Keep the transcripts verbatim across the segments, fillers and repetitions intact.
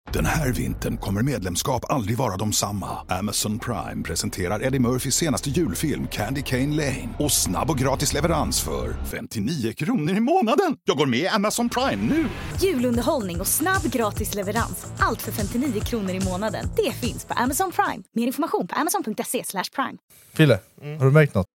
Den här vintern kommer medlemskap aldrig vara de samma. Amazon Prime presenterar Eddie Murphys senaste julfilm Candy Cane Lane. Och snabb och gratis leverans för femtionio kronor i månaden. Jag går med i Amazon Prime nu. Julunderhållning och snabb gratis leverans. Allt för femtionio kronor i månaden. Det finns på Amazon Prime. Mer information på amazon punkt se slash prime. Fille, mm. har du märkt något?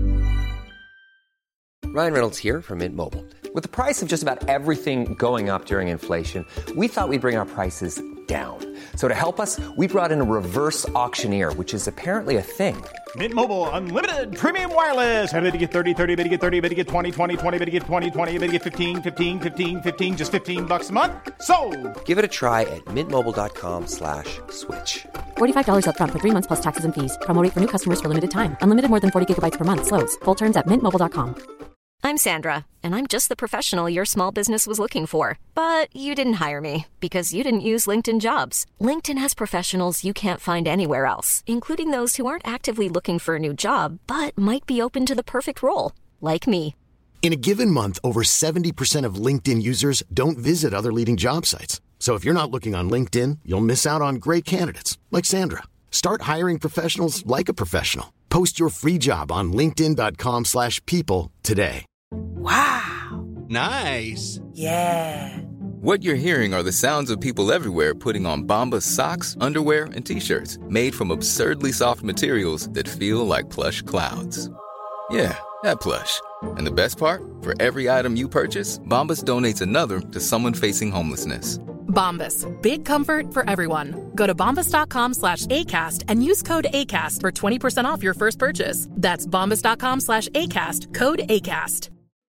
Ryan Reynolds here from Mint Mobile. With the price of just about everything going up during inflation, we thought we'd bring our prices down. So to help us, we brought in a reverse auctioneer, which is apparently a thing. Mint Mobile Unlimited Premium Wireless. How to get thirty, thirty, how to get thirty, how to get twenty, twenty, twenty, how to get twenty, twenty, how to get fifteen, fifteen, fifteen, fifteen, just fifteen bucks a month? Sold! Give it a try at mintmobile.com slash switch. forty-five dollars up front for three months plus taxes and fees. Promo rate for new customers for limited time. Unlimited more than forty gigabytes per month. Slows full terms at mint mobile dot com. I'm Sandra, and I'm just the professional your small business was looking for. But you didn't hire me because you didn't use LinkedIn Jobs. LinkedIn has professionals you can't find anywhere else, including those who aren't actively looking for a new job, but might be open to the perfect role, like me. In a given month, over seventy percent of LinkedIn users don't visit other leading job sites. So if you're not looking on LinkedIn, you'll miss out on great candidates, like Sandra. Start hiring professionals like a professional. Post your free job on linkedin dot com slash people today. Wow. Nice. Yeah. What you're hearing are the sounds of people everywhere putting on Bombas socks, underwear, and T-shirts made from absurdly soft materials that feel like plush clouds. Yeah, that plush. And the best part? For every item you purchase, Bombas donates another to someone facing homelessness. Bombas. Big comfort for everyone. Go to bombas dot com slash ACAST and use code ACAST for twenty percent off your first purchase. That's bombas dot com slash ACAST. Code ACAST.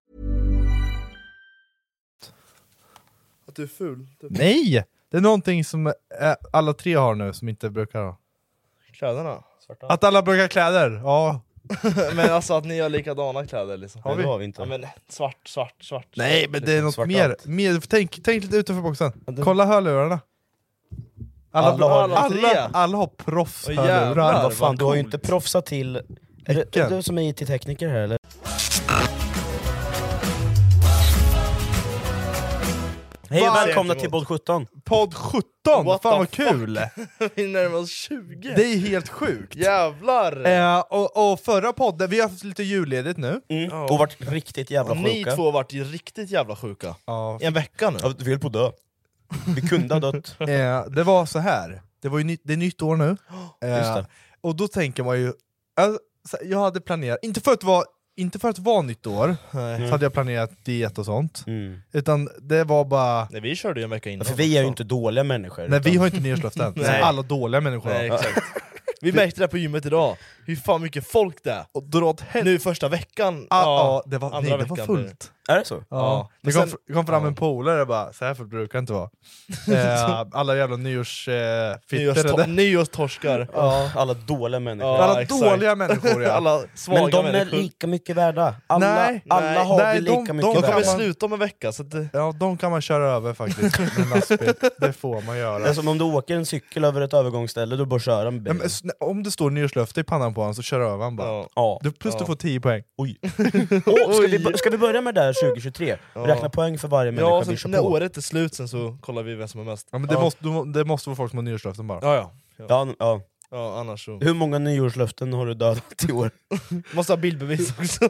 Att du är ful. Du är ful. Nej! Det är någonting som äh, alla tre har nu som inte brukar ha. Kläderna. Svarta. Att alla brukar ha kläder, ja. Men alltså att ni har likadana kläder liksom. Har vi? Har vi inte. Ja, men svart, svart, svart. Nej, men det är något mer. mer tänk, tänk lite utanför boxen. Kolla hörlurarna. Alla, alla, har, alla, alla, alla har proffshörlurar. Vad fan, du har ju inte proffsat till... Är det, är du som är I T-tekniker här eller? Hej och välkomna till podd sjutton. Podd sjutton, What fan vad kul. Vi närmar oss tjugo. Det är helt sjukt. Jävlar. eh, och, och förra podden, vi har haft lite julledigt nu. mm. oh. Och varit riktigt jävla sjuka. Ni två har varit riktigt jävla sjuka. Ja. I en vecka nu. Ja, vi höll på att dö. Vi kunde ha dött. eh, Det var så här. Det, var ju ny, det är nytt år nu. eh, Just det. Och då tänker man ju, alltså, jag hade planerat, inte för att vara Inte för att vara nytt år, mm. så hade jag planerat diet och sånt. Mm. Utan det var bara... Nej, vi körde ju en vecka innan. För vi är ju inte dåliga människor. Nej, utan... vi har inte nyårslöften. Alla dåliga människor. Nej, exakt. Vi märkte det på gymmet idag. Hur fan mycket folk det är. Och dra hem... Nu första veckan. Ah, ja, ja, det var, andra nej, det veckan var fullt. Är det så? Ja. ja. Det kom, sen, kom fram ja. en polare och bara, så här för brukar det inte vara. eh, alla jävla nyårs eh, fitter. Nyårstorskar. Ja. Alla dåliga människor. Ja, alla exakt. dåliga människor, ja. Alla svaga Men de människor. är lika mycket värda. Alla, nej, alla nej, har nej, vi lika de, mycket de värda. kan vi sluta om en vecka. Så det... Ja, de kan man köra över faktiskt. Med lastbil. Det får man göra. Det är som om du åker en cykel över ett övergångsställe, du bör köra med bilen. Ja, men, om det står nyårslöfte i pannan på honom så kör över han bara. Ja. Ja. Du, plus ja. du får tio poäng. Oj. oh, ska, vi, ska vi börja med det här tjugohundratjugotre? Ja. Räkna poäng för varje människa ja, vi kör när på. året är slut sen så kollar vi vem som är mest. Ja, men det, ja. Måste, det måste vara folk som har nyårslöften bara. Ja, ja. Ja. Ja, ja. Ja, annars så. Hur många nyårslöften har du dödat i år? Måste ha bildbevis också.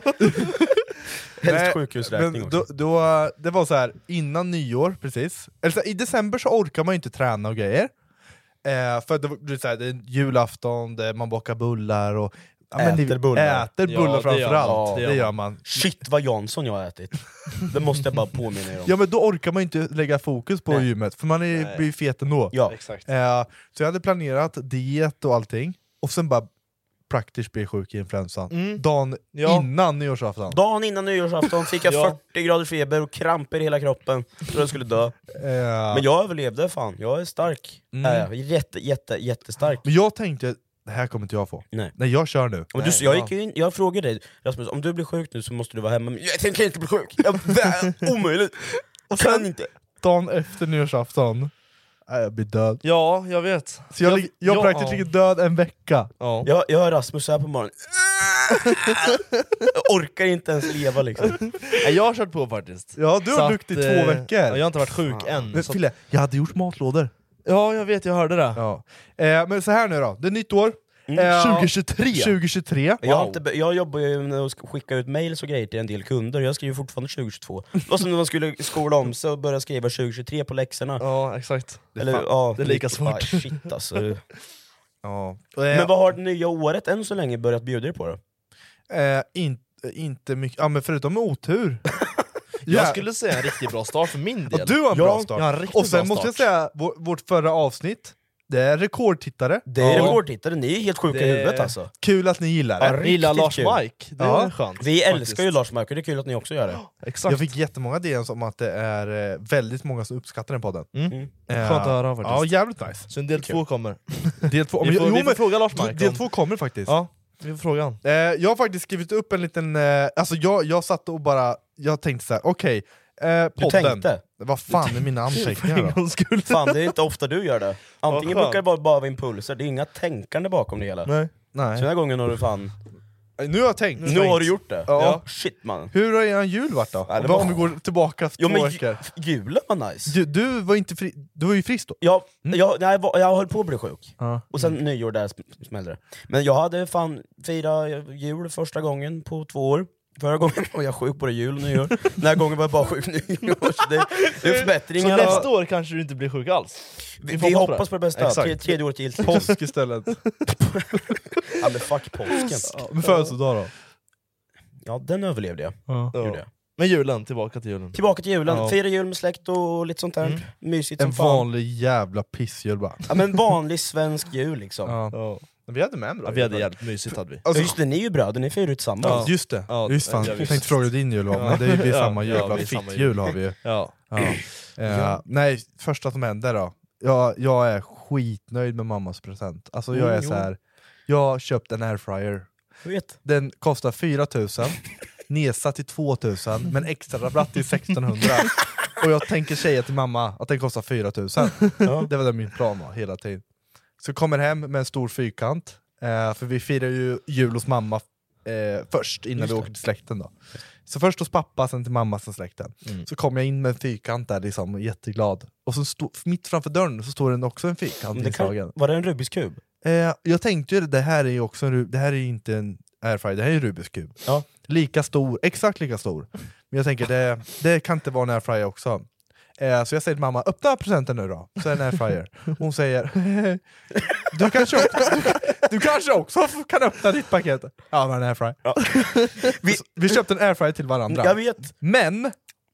Helst sjukhusräkning då, då, det var så här innan nyår, precis. Alltså, i december så orkar man ju inte träna och grejer. Eh, för det, det, är så här, det är julafton, det, man bakar bullar och ja, äter det, bullar. Äter bullar ja, framförallt. Det, det gör man. Shit vad Jansson jag har ätit. Det måste jag bara påminna er om. Ja, men då orkar man inte lägga fokus på Nej. gymmet, för man är, blir fet ändå. Ja. Exakt. Eh, så jag hade planerat diet och allting. Och sen bara praktiskt bli sjuk i influensan. Mm. Dagen ja. innan nyårsafton. Dagen innan nyårsafton fick jag ja. fyrtio grader feber och kramper i hela kroppen. Tror jag skulle dö. Eh. Men jag överlevde fan. Jag är stark. Mm. Äh, jätte, jätte, jättestark. Men jag tänkte, det här kommer inte jag få. Nej. Nej, jag kör nu. Men du, jag, gick in, jag frågade dig, Rasmus, om du blir sjuk nu så måste du vara hemma. Men jag tänker inte bli sjuk. Jag, omöjligt. Och kan sen, inte. Dagen efter nyårsafton, jag blir död. Ja, jag vet. Så jag, jag, jag ja, praktiskt ja. ligger död en vecka. Ja. Jag, jag hör Rasmus här på morgonen. Jag orkar inte ens leva liksom. Jag har kört på faktiskt. Ja, du har lukt i två veckor. Ja, jag har inte varit sjuk Fan. än. Men så Fille, jag hade gjort matlådor. Ja, jag vet, jag hörde det. Ja. Eh, men så här nu då, det är nytt år. Mm. Eh, tjugohundratjugotre. tjugohundratjugotre. Wow. Jag, har inte, jag jobbar ju med att skicka ut mails och grejer till en del kunder, jag skriver fortfarande tjugohundratjugotvå. Det var som när man skulle skola om sig och börja skriva tjugohundratjugotre på läxorna. Ja, exakt. Eller, fan, ja, det är lika svårt. Ah, shit alltså. Ja. Men vad har det nya året än så länge börjat bjuda er på då? Eh, in, inte mycket, ja men förutom otur. Jag skulle säga en riktigt bra start för min del. Och du har en bra Ja, start. jag har en riktigt och sen bra måste jag start. säga, vår, vårt förra avsnitt, det är rekordtittare. Det är Ja. rekordtittare, ni är helt sjuka Det- i huvudet alltså. Kul att ni gillar det. Ja, Jag gillar riktigt Lars kul. Mike, det Ja. är skönt. Vi älskar faktiskt. ju Lars Mark, och det är kul att ni också gör det. Exakt. Jag fick jättemånga D Ms om att det är eh, väldigt många som uppskattar den podden. Mm. Mm. Eh, Skönt att höra faktiskt. Ja, jävligt nice. Så en del två kommer. Del två, Vi men, får- jo, vi får men, fråga Lars Mike del om- två kommer faktiskt. Ja, vi får fråga han. Eh, jag har faktiskt skrivit upp en liten, eh, alltså jag, jag satt och bara, jag tänkte så här: okej, eh, Du podden. tänkte? Vad fan är mina anteckningar För en då? gångs skull. Fan, det är inte ofta du gör det. Antingen Vad brukar det bara bara vara impulser, det är inga tänkande bakom det hela. Nej. Så den Nej. här gången har du fan... Nu har jag tänkt. Nu har du gjort det? Ja. Shit man. Hur har eran jul varit då? Ja, det Vad var- om vi går tillbaka för Jo två men veckor? ju- julen var nice. Du, du var inte fri, du var ju frisk då? Jag, jag, nej, jag, var- jag höll på att bli sjuk. Ja. Och sen nyår där sm- smällde det. Men jag hade fan fira jul första gången på två år. Förra gången var jag sjuk både jul och nyår. Den här gången var jag bara sjuk nyår. Så det, det är Så förbättringar. nästa år kanske du inte blir sjuk alls? Vi, får vi hoppas på hoppas på det bästa. Exakt. Tre, tredje året gillt. Påsk istället. Ja men fuck påsken. Ja, men födelsedag då? Ja den överlevde jag. Ja. Gjorde jag. Men julen, tillbaka till julen. Tillbaka till julen, Ja. fira jul med släkt och lite sånt där. Mm. Mysigt En som fan. vanlig jävla pissjul bara. Ja men vanlig svensk jul liksom. Ja. Ja. Ja. Men vi hade med en bra Ja, vi hade jul. jävligt mysigt hade vi. Alltså, Just det, ni är ju bröder, ni firar ju tillsammans. ja, just det, Ja, just fan. ja, Jag visst. tänkte fråga hur din jul var, men det är ju Ja, samma ja, jävla vi är samma fitt jul. jul har vi ju. Ja. Ja. Eh, nej, första som händer då. Jag, jag är skitnöjd med mammas present. Alltså jag Mm, är jo. så här. Jag har köpt en airfryer. Jag vet. Den kostar fyra tusen, nedsatt till två tusen, men extra rabatt till sextonhundra. Och jag tänker säga till mamma att den kostar fyra tusen. Ja. Det var det min plan var hela tiden. Så kommer hem med en stor fyrkant, eh, för vi firar ju jul hos mamma eh, först innan Just vi det. åker till släkten då. Så först hos pappa, sen till mamma, sen släkten. Mm. Så kom jag in med en fyrkant där liksom, jätteglad. Och så stod, mitt framför dörren så står det också en fyrkant Men det inslagen. kan, var det en Rubiks kub? Eh, jag tänkte ju det här är ju också en, Ru- det här är ju inte en airfryer, det här är en Rubiks kub. Ja. Lika stor, exakt lika stor. Men jag tänker det, det kan inte vara en airfryer också. Eh, så jag säger till mamma, öppna presenten nu då, så är det en airfryer. Hon säger, du kanske, också, du, du kanske också kan öppna ditt paket. Ja, men en airfryer. Ja. vi, vi köpte en airfryer till varandra. Jag vet. Men,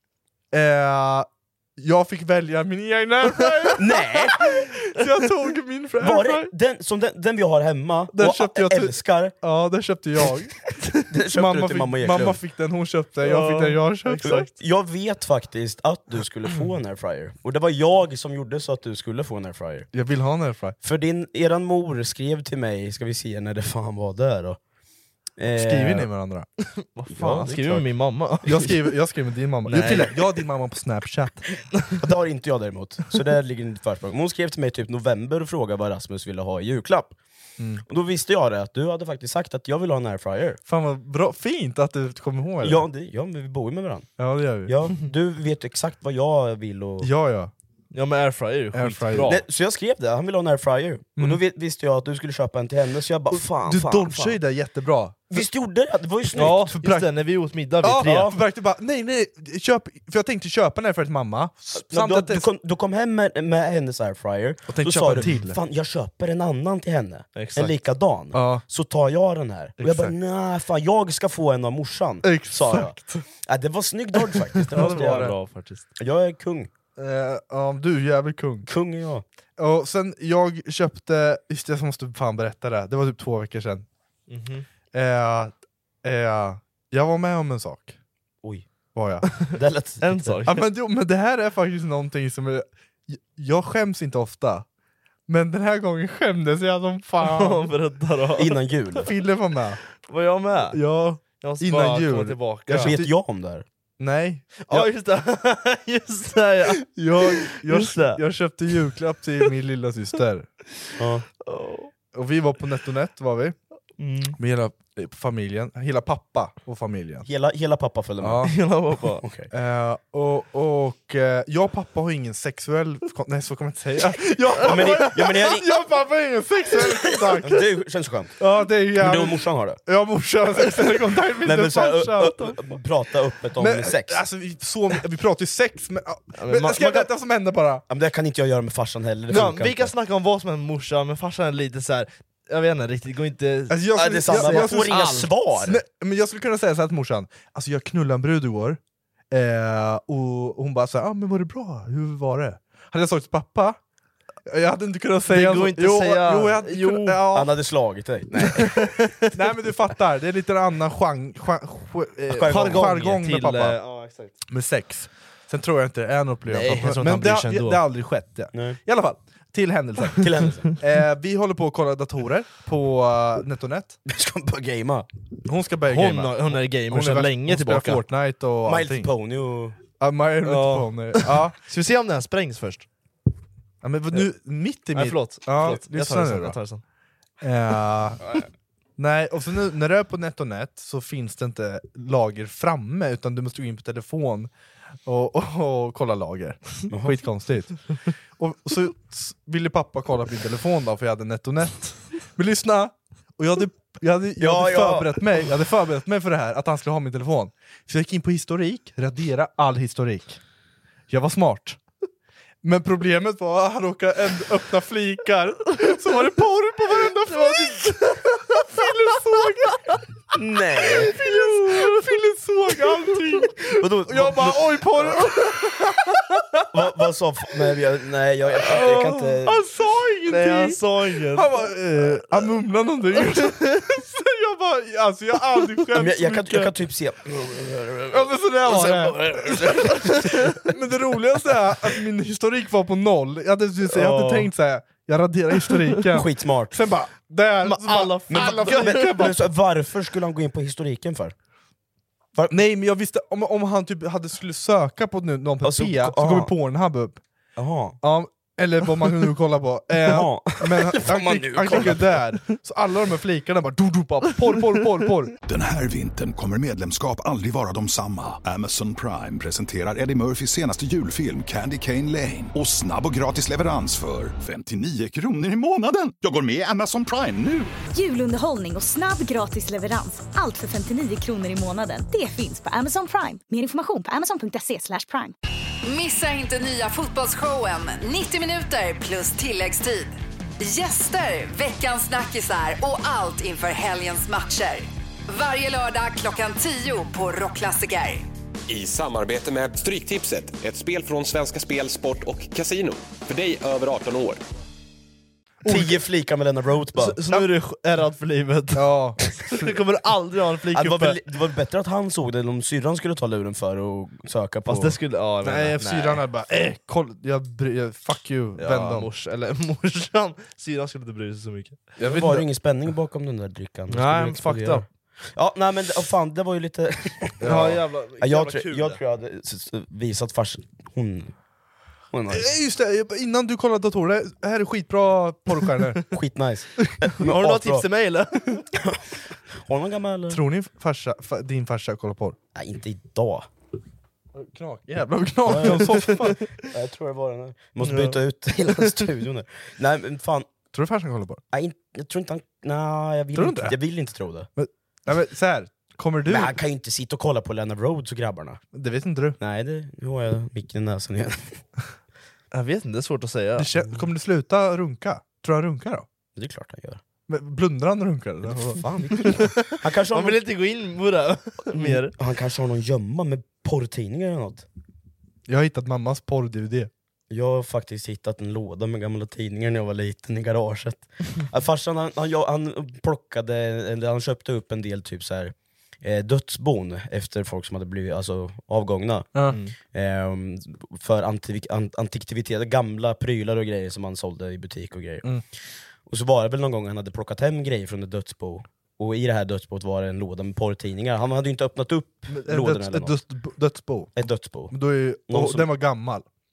eh, jag fick välja min egen airfryer. Nej! Så jag tog min Var airfryer. det den, som den, den vi har hemma Den och köpte jag till- älskar, Ja, den köpte jag. den köpte mamma, du till fick, mamma mamma, Eklund. fick den, hon köpte den, jag fick den, jag köpte. exakt. Jag vet faktiskt att du skulle få en airfryer. Och det var jag som gjorde så att du skulle få en airfryer. Jag vill ha en airfryer. För din, eran mor skrev till mig, ska vi se när det fan var där då. Eh, Skriver ni med varandra? Vad Ja, fan, det är skriver klart. med min mamma. Jag skriver, jag skriver med din mamma. Nej. Jag, till, jag har din mamma på Snapchat. Det har inte jag däremot, så där ligger ditt försprång. Men hon skrev till mig typ november och frågade vad Rasmus ville ha i julklapp. Mm. Och då visste jag det, att du hade faktiskt sagt att jag vill ha en airfryer. Fan vad bra, fint att du kommer ihåg det. Ja, det, ja, men vi bor ju med varandra. Ja, det gör vi. Ja, du vet exakt vad jag vill och... Ja, ja. Ja men airfryer är ju Airfryer. skitbra. Nej, så jag skrev det, han ville ha en airfryer. Och då vis- visste jag att du skulle köpa en till henne, så jag bara fan, Du fan, dodgade ju fan. det jättebra. Visst gjorde det? Det var ju snyggt! Ja, För just det, när vi åt middag vi Ja, tre. ja. För verkligen bara, nej nej, köp, för jag tänkte köpa den här för till mamma. Ja, Samt du, att det, du, kom, du kom hem med, med hennes airfryer, Och tänkte då köpa sa en du till. fan jag köper en annan till henne, Exakt. en likadan, Ja. så tar jag den här. Och jag bara Exakt. nej, fan jag ska få en av morsan, sa jag. Exakt. Ja, det var snygg dodge faktiskt, det Ja, måste det jag var göra. Bra faktiskt. Jag är kung, Eh, ja, du är jävligt kung. kung är jag. Och sen jag köpte, just det, jag måste fan berätta det, det var typ två veckor sedan. Mhm. Eh, eh, jag var med om en sak. Oj, Var jag. det lät En sak. Ja, men, jo, men det här är faktiskt någonting som är, jag skäms inte ofta, men den här gången skämdes jag som fan. Berätta då. innan jul. Fille var med. Var jag med? Ja, Jag måste innan bara jul. komma tillbaka. Jag Vet jag om det här? nej. Ja just det, just det ja. Jag, jag, Just det. jag köpte julklapp till min lilla syster. Ja. Och vi var på NetOnNet var vi. Mm. Med hela familjen, hela pappa och familjen. Hela, hela pappa följde med? Ja. Hela pappa. Okay. Uh, och och uh, jag och pappa har ingen sexuell... Nej, så kan man inte säga. Jag, ja, men det, ja, men det, jag och pappa har ingen sexuell kontakt. Det känns skönt. Ja, det är jävligt... Men du och morsan har det? Ja, morsan har sexuell kontakt. Nej, men så här, ö, ö, ö, prata öppet om men, sex. Alltså, vi, så, vi pratar ju sex, men, ja, men, men man, ska jag berätta kan... vad som hände bara? Ja, men det kan inte jag göra med farsan heller. Ja, vi kan snacka om vad som händer med morsan, men farsan är lite så här. Jag vet inte riktigt, går inte... Alltså jag skulle, ja, det är samma, jag, man jag, får inga allt. svar. Nej, men jag skulle kunna säga så här till morsan, alltså jag knullade en brud igår, eh, och, och hon bara såhär, ah, men var det bra? Hur var det? Hade jag sagt till pappa? Jag hade inte kunnat säga... Det går inte jo, att säga... Jo, jag hade jo. Kunnat, ja. Han hade slagit dig. Nej. Nej men du fattar, det är lite en annan jargong jargong med pappa. Ja, exakt. Med sex. Sen tror jag inte det är något problem. Nej, jag tror men han det, bryr sig det, det har aldrig skett. Ja. I alla fall, till händelsen. till händelsen. eh, vi håller på att kolla datorer på uh, NetOnNet. Vi ska börja gamea. Hon ska börja Hon, gamea. hon är gamer Hon sedan är länge hon tillbaka. Fortnite och My allting. Little Pony och... Ja, My Little Ja. Pony. Ja. Ska vi se om den här sprängs först? Ja, men nu, mitt i Nej, mitt... förlåt. Ja, förlåt. Jag lyssna tar det nu sen. då. Jag tar det sen. Uh, nej, och så nu, när du är på NetOnNet så finns det inte lager framme, utan du måste gå in på telefon och, och, och kolla lager. Skitkonstigt. Och, och så ville pappa kolla på min telefon då, för jag hade NetOnNet. Men lyssna, och jag hade, jag hade, jag Ja, hade, ja. förberett mig, jag hade förberett mig för det här, att han skulle ha min telefon. Så jag gick in på historik, radera all historik. Jag var smart. Men problemet var att han råkade öppna flikar, så var det porr på varenda flik! Fille såg Nej! Fille såg allting! Vadå? Och jag bara, oj porr! Vad vad sa... Nej, jag, nej jag, jag, kan, jag kan inte... Han sa ingenting! Nej, han sa inget. Han bara, eh, han mumlade någonting. Så jag bara, alltså jag har aldrig Men skämt jag, så jag, kan, mycket. jag kan typ se... Ja, men sådär var det. Men det roligaste är att min historik var på noll. Jag hade, jag hade Ja. tänkt såhär, jag raderar historiken. Skitsmart. Sen bara, där, så bara, alla- men, alla Men, flikar men, bara. men, så, varför skulle han gå in på historiken för? Nej men jag visste, om, om han typ hade skulle söka på nu, någon på Alltså, P, så aha. kommer Pornhub upp. Jaha. Ja, eller vad man nu kollar på. Eh, Jaha. men han, Vad han, man klick, nu han kollar klickar där, så alla de här flikarna bara, du, du, bara porr, porr, porr, porr. Den här vintern kommer medlemskap aldrig vara de samma. Amazon Prime presenterar Eddie Murphys senaste julfilm Candy Cane Lane. Och snabb och gratis leverans för femtionio kronor i månaden. Jag går med i Amazon Prime nu! Julunderhållning och snabb gratis leverans. Allt för femtionio kronor i månaden. Det finns på Amazon Prime. Mer information på amazon punkt se slash prime. Missa inte nya fotbollsshowen nittio minuter plus tilläggstid. Gäster, veckans snackisar och allt inför helgens matcher. Varje lördag klockan tio på Rockklassiker. I samarbete med Stryktipset, ett spel från Svenska Spel, Sport och Casino. För dig över arton år. Tio flikar med Lena Roth bara. Så, så nu är du ärrad för livet. Ja. Du kommer aldrig ha en flik Ja, det, var uppe. väl, det var bättre att han såg det, eller om syrran skulle ta luren för och söka på... Fast det skulle... Ja, jag vet Nej, inte. syrran hade bara, eh, koll, jag, bry- jag, fuck you, vänd Ja, dem. mors, eller morsan, syrran skulle inte bry sig så mycket. Jag vet var det inte. ingen spänning bakom den där drickan? Den Nej, skulle men fucked explodera. up. Ja, nej men oh, fan, det var ju lite... Ja, jävla, Ja, jävla jag, tror, kul jag det. tror jag hade s- s- visat fars... Hon... Hon är nice. Eh, Just det, jag- innan du kollar datorer, det här är skitbra porrstjärnor. Skitnice. Har du några tips till mig eller? Har du någon gammal... Tror ni farsa, fa, din farsa kollar porr? Nej, inte idag. Knak, jävlar knak om soffan. Jag tror det var den här. Måste byta ut hela studion nu. Nej men fan, Tror du farsan kollar porr? nej, inte- jag tror inte han... Nej, jag vill, Tror du inte, inte? jag vill inte tro det. Men, nej, men, så här, kommer du... Men han kan ju inte sitta och kolla på Lena Rhodes och grabbarna. Det vet inte du. Nej, det, nu har jag micken i näsan igen. Jag vet inte, det är svårt att säga. Det kän- kommer du sluta runka? Tror du han runkar då? Det är klart han gör. Men blundar han och runkar? Eller? Fan, vilken- han, kanske har Man vill någon, inte gå in på det mer. han kanske har någon gömma med porrtidningar eller något. Jag har hittat mammas porr-D V D. Jag har faktiskt hittat en låda med gamla tidningar när jag var liten i garaget. Ja, farsan han, han, han plockade, eller han köpte upp en del typ så här eh, dödsbon efter folk som hade blivit alltså, avgångna. Mm. Ehm, för antik, an, antikviteter, gamla prylar och grejer som han sålde i butik och grejer. Mm. Och så var det väl någon gång han hade plockat hem grejer från ett dödsbo. Och i det här dödsboet var det en låda med porrtidningar. Han hade ju inte öppnat upp Ett, lådorna döds, eller ett något. döds, dödsbo. Ett dödsbo. Men då är, ju- Någon och som- den var gammal.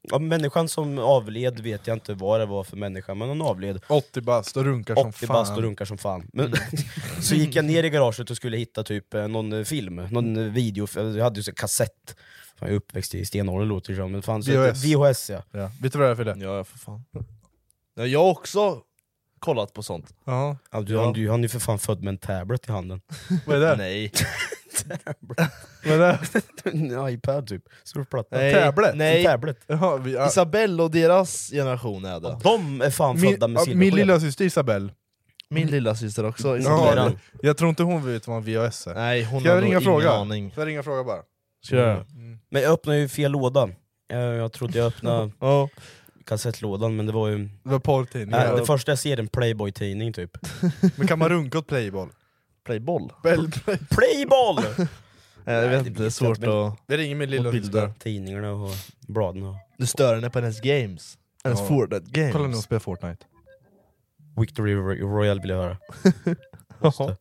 Ja, människan som avled vet jag inte vad det var för människa, men hon avled. åttio bast och runkar som åttio fan. bast och runkar som fan. Men, så gick jag ner i garaget och skulle hitta typ någon film, någon video, jag hade ju så kassett. Fan, jag är uppväxt i stenåldern låter det som, men fan, så V H S. V H S ja. Ja. Vet du vad det är för det? Ja, för fan. Ja, jag har också kollat på sånt. Ja. Ja, du, han, du, han är ju för fan född med en tablet i handen. Vad är det? Nej. Vad är det? En iPad typ, stor platta. Nej. Tablet? Nej. En tablet. Jaha, vi, ja. Isabelle och deras generation är det. De är fan Min, födda med ja, silversked. min lilla syster Isabelle. Min lilla syster också. Ja, Isabelle. jag tror inte hon vet vad en V H S är. Nej, hon Ska jag har ringa nog fråga? ingen aning. Ska jag ringa fråga bara? Ska jag göra? Mm. Men jag öppnade ju fel låda. Jag, jag trodde jag öppnade Ja. kassettlådan, men det var ju... Det var porrtidning. Äh, det första jag ser är en Playboy-tidning typ. Men kan man runka åt Playboll? Playboll? Bell, play. Playboll! Jag vet inte, det är svårt att... Vi ringer min lilla syster. Tidningarna och bladen och... Du stör henne på hennes games. Hennes Ja. Fortnite games. Kolla nu hon spelar Fortnite. Victory Royale vill jag höra. Jaha.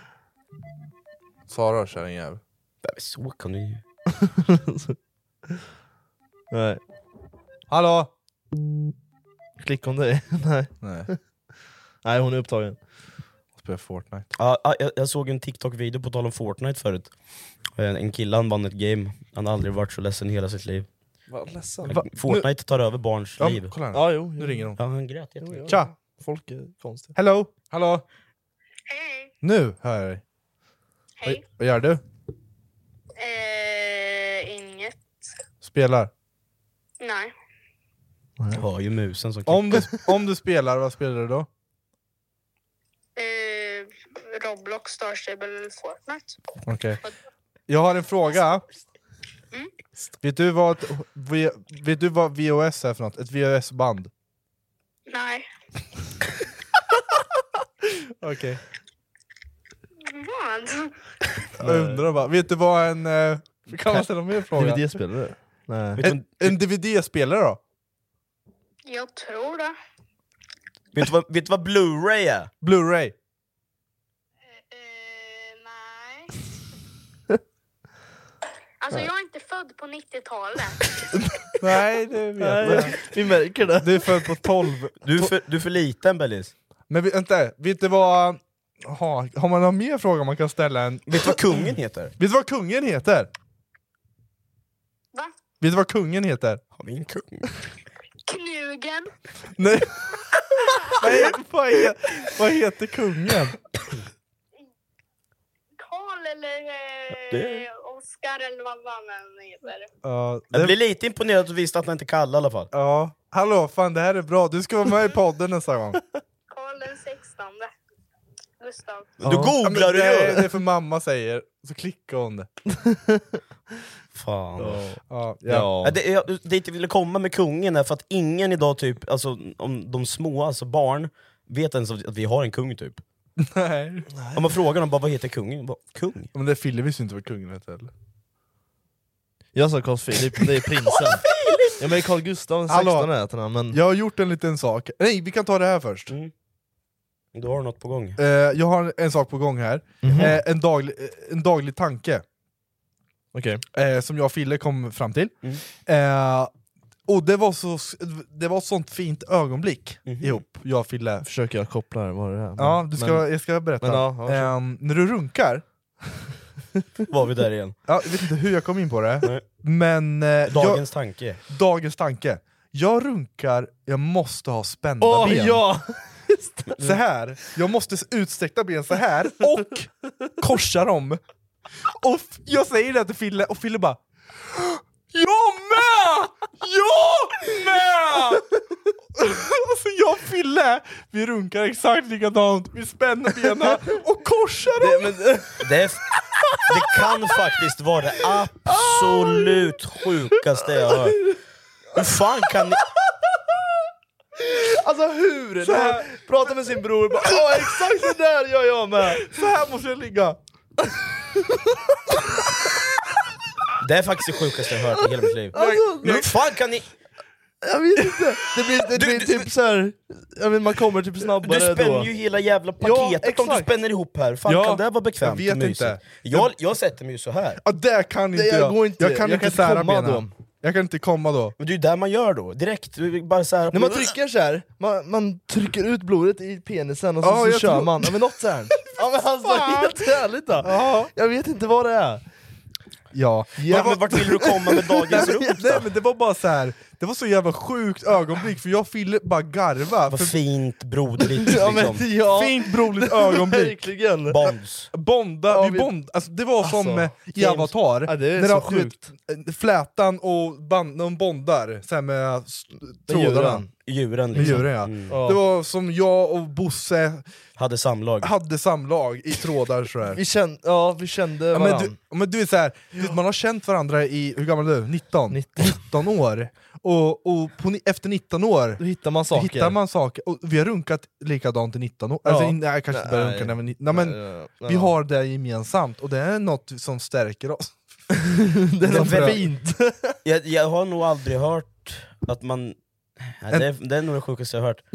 Sara kärringjävel. Så kan du ju... Nej. Hallå? Klicka om dig. Nej. Nej. Nej, hon är upptagen. Spelar Fortnite. Ja, jag, jag såg en TikTok-video på tal om Fortnite förut. En, en kille han vann ett game. Han har aldrig varit så ledsen i hela sitt liv. Vad ledsen. Va? Fortnite tar över barns Ja, liv. kolla här. Ja, jo. Nu ringer hon. Ja, han grät jättemycket. Tja! Folk är konstiga. Hello? Hallå? Hej. Nu hör jag dig. Hej. Vad, vad gör du? Eh, inget. Spelar? Nej. Jag har ju musen som Om du, klickar. om du spelar, vad spelar du då? Eh, Roblox, Star Stable eller Fortnite. Okej. Jag har en fråga. Mm. Vet du vad ett, v, vet du vad V H S är för något? Ett V H S-band? Nej. Okej. Vad? Jag undrar bara. Vet du vad en... Eh, kan man ställa mer fråga? D V D-spelare? Nej. En, en D V D-spelare då? Jag tror det. Vet du vad, vet du vad Blu-ray är? Blu-ray? Eh, nej. Alltså jag är inte född på nittiotalet. Nej, det vet jag. Nej, vi märker det. Du är född på tolv. Du är för, du är för liten, Bellis. Men vi- vänta, vet du vad... Ha, har man någon mer fråga man kan ställa än... Vet du vad kungen heter? Vet du vad kungen heter? Va? Vet du vad kungen heter? Har vi en kung? Knugen. Nej. vad, är, vad, är, vad heter kungen? Karl eller eh, Det- Oscar eller vad vad man heter. Ja, Jag det, blir lite imponerad att du visste att han inte kallade i alla fall. ja. Hallå, fan det här är bra. Du ska vara med i podden nästa gång. Karl den sextonde. Gustav. Du Ja. googlar Ja, men du det, är- ju! det är för mamma säger, så klickar hon det. Fan. Ja, ja. Ja, det, jag, det jag inte ville komma med kungen är för att ingen idag, typ, alltså, om de små, alltså barn, vet ens att vi har en kung typ. Nej. Om man frågar dem bara, vad heter kungen? Bara, kung? Men det Fille visste inte vad kungen hette heller. Jag sa Carl Philip, det är prinsen. Ja, men Carl Gustav den Hallå. sextonde heter han, men... Jag har gjort en liten sak. Nej, vi kan ta det här först. Mm. Du har något på gång. Eh, jag har en sak på gång här. Mhm. Eh, en, daglig, eh, en daglig tanke. Okej. Eh, som jag och Fille kom fram till. Mm. Eh, och det var, så, det var ett sånt fint ögonblick Mhm. ihop, jag och Fille. Försöker jag koppla det, vad är det här? Men, Ja, du ska, men, jag ska berätta. men ja, ja, kör. Ehm, när du runkar, Var vi där igen? ja, jag vet inte hur jag kom in på det, Nej. men eh, Dagens tanke. jag, dagens tanke. Jag runkar, jag måste ha spända Åh, ben. ja! Så här, jag måste utsträckta ben så här och korsa dem. Och f- jag säger det till Fille, och Fille bara jag med! Jag med! Alltså jag och Fille, vi runkar exakt likadant. Vi spänner benen och korsar dem. Det, men, det, är, det kan faktiskt vara det absolut sjukaste jag har hört. Hur fan kan ni... Alltså hur? Så här, prata med sin bror, bara, åh, exakt så där gör jag med! Så här måste jag ligga. Det är faktiskt det sjukaste jag har hört i hela mitt liv. Alltså, Men hur fan kan ni... jag vet inte, det blir, det Du- blir du- typ såhär, jag vet, man kommer typ snabbare Du spänner då. ju hela jävla Ja, paketet om du exakt. spänner ihop här. Fan, Ja, kan det vara bekvämt jag vet och mysigt? inte. Jag, jag sätter mig ju så här. Ja, det kan inte Det, jag, jag. går inte, jag kan inte sära komma benen. då. Jag kan inte komma då. Men det är ju där man gör då, direkt. Bara så här. När man trycker så här, man, man trycker ut blodet i penisen och så, Ja, så jag kör tror- man. Ja, men något så här. Ja men alltså helt härligt då. Ja. Jag vet inte vad det är. Ja. Ja, men vart vill du komma med dagens Nej, rop men, då? nej men det var bara så här. Det var så jävla sjukt ögonblick, för jag ville bara garva. Vad För, fint broderligt Ja, liksom. men, ja. fint broderligt ögonblick. Verkligen. Bonds. Bonda, Ja, vi vi- bond, alltså, det var som Alltså, eh, i James- Avatar. Ja, det är när så de- du sjukt. vet, flätan och band, de bondar så här med s- trådarna. djuren. Djuren Med liksom. djuren, ja. Mm. Ja. Det var som jag och Bosse Hade samlag. hade samlag i trådar sådär. Vi kände, ja, vi kände Ja, men varandra. du, men du är så här, du vet, man har känt varandra i, hur gammal är du? nitton? nitton år. Och, och på, ni- efter nitton år Då hittar man då saker. hittar man saker. Och vi har runkat likadant i nitton år. Ja. Alltså, in- nej, kanske inte börjat Nej. runka när vi var nitton. Nej, men Ja, ja. vi har det gemensamt, och det är något som stärker oss. Det är Som något för- fint. Jag, jag har nog aldrig hört att man... Nej, det, är, det är nog det sjukaste jag har hört.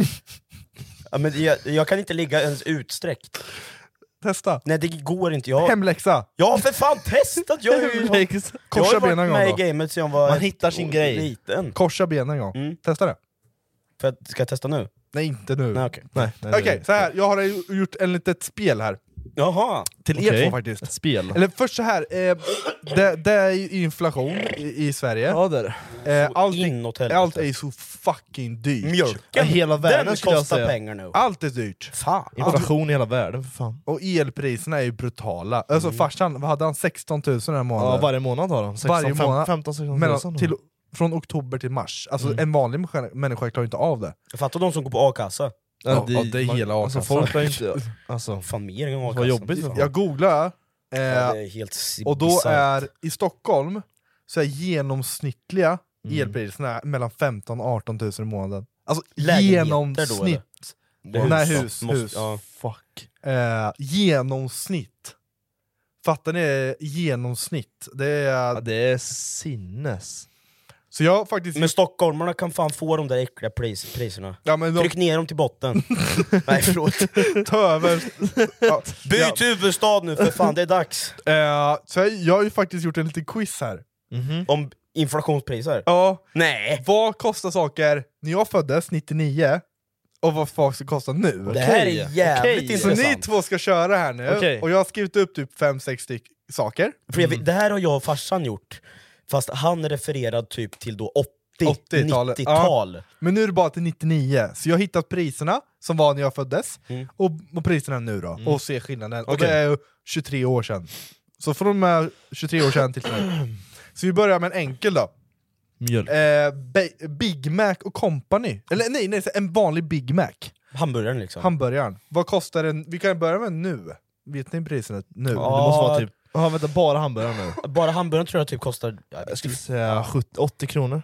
Ja, men jag, jag kan inte ligga ens utsträckt. Testa. Nej det går inte. Jag, Hemläxa. ja för fan testat! Jag, har ju- jag har Korsa ju varit benen en med gång då. i gamet sen jag var Man hittar sin grej. liten. Korsa benen en gång. Mm. Testa det. För att, ska jag testa nu? Nej, inte nu. Nej, okej. Nej, nej, Okej, så här. Jag har gjort en litet spel här. Jaha! Till Okej. er två faktiskt. Ett spel. Eller först så här. Eh, det, det är ju inflation i, i Sverige. Ja det är det. Eh, allting, Inåt helvete. allt är ju så fucking dyrt. Mjölken, Ja, hela världen den skulle jag kostar säga. pengar nu. Allt är dyrt. Fan. Inflation i hela världen för fan. Och elpriserna är ju brutala. Alltså farsan, vad hade han? sexton tusen den här månaden? Ja, varje månad har de. sexton, Varje månad. femton sexton Mellan, tusen. till, från oktober till mars. Alltså Mm. en vanlig människa, människa klarar inte av det. Jag fattar de som går på a-kassa. Ja, ja, det är man- hela alltså, a-kassan. folk har inte... Alltså, Fan mer än vad a-kassan. jobbigt för fan. Jag googlade, eh, Ja, det är helt och då bisarrt. är i Stockholm så är genomsnittliga Mm. elpriserna mellan femton och arton tusen i månaden. Alltså Lägenheter då, genomsnitt. Det är Nej, hus då. hus, Måste- hus. ja. Fuck. Eh, genomsnitt. Fattar ni genomsnitt? Det är... Ja, det är sinnes. Så jag har faktiskt... Men stockholmarna kan fan få de där äckliga pris, priserna. Ja, men de, Tryck ner dem till botten. Nej förlåt. ta över... ja, Byt huvudstad nu för fan, det är dags. eh, så jag, jag har ju faktiskt gjort en liten quiz här. Mhm. Om inflationspriser? Ja, Nej! vad kostar saker när jag föddes, nittionio, och vad saker kostar nu? Det här är Okej, jävligt okej. Så intressant. ni två ska köra här nu, Okej. och jag har skrivit upp typ fem sex styck saker. För jag vet, det här har jag och farsan gjort, fast han refererad typ till då åttio, åttiotalet. nittiotal. Men nu är det bara till nittionio, så jag har hittat priserna som var när jag föddes, Mm. och, och priserna nu då, och se skillnaden. Och Okej. det är ju tjugotre år sedan. Så från och med tjugotre år sedan till nu. Så vi börjar med en enkel då. Mjölk. Eh, Ba- Big Mac och Company. Eller nej, nej, en vanlig Big Mac. Hamburgaren liksom. Hamburgaren. Vad kostar den? Vi kan börja med nu. Vet ni priset nu? Det måste vara typ... Ja vänta, bara hamburgaren nu. Bara hamburgaren tror jag typ kostar... Ja, Jag skulle säga sjuttio, åttio kronor.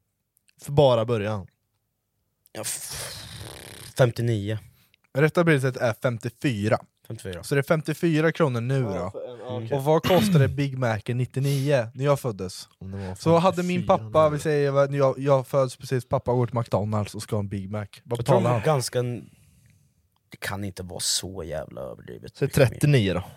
För bara början. ja, f- femtionio. Rätta priset är femtiofyra. femtiofyra. Så det är femtiofyra kronor nu då. Och vad kostade Big Mac nittionio när jag föddes? Så hade min pappa, vi säger när jag, jag föds precis, pappa går till McDonalds och ska ha en Big Mac. Vad Jag tror de betalar var han? ganska... Det kan inte vara så jävla överdrivet. Så trettionio då.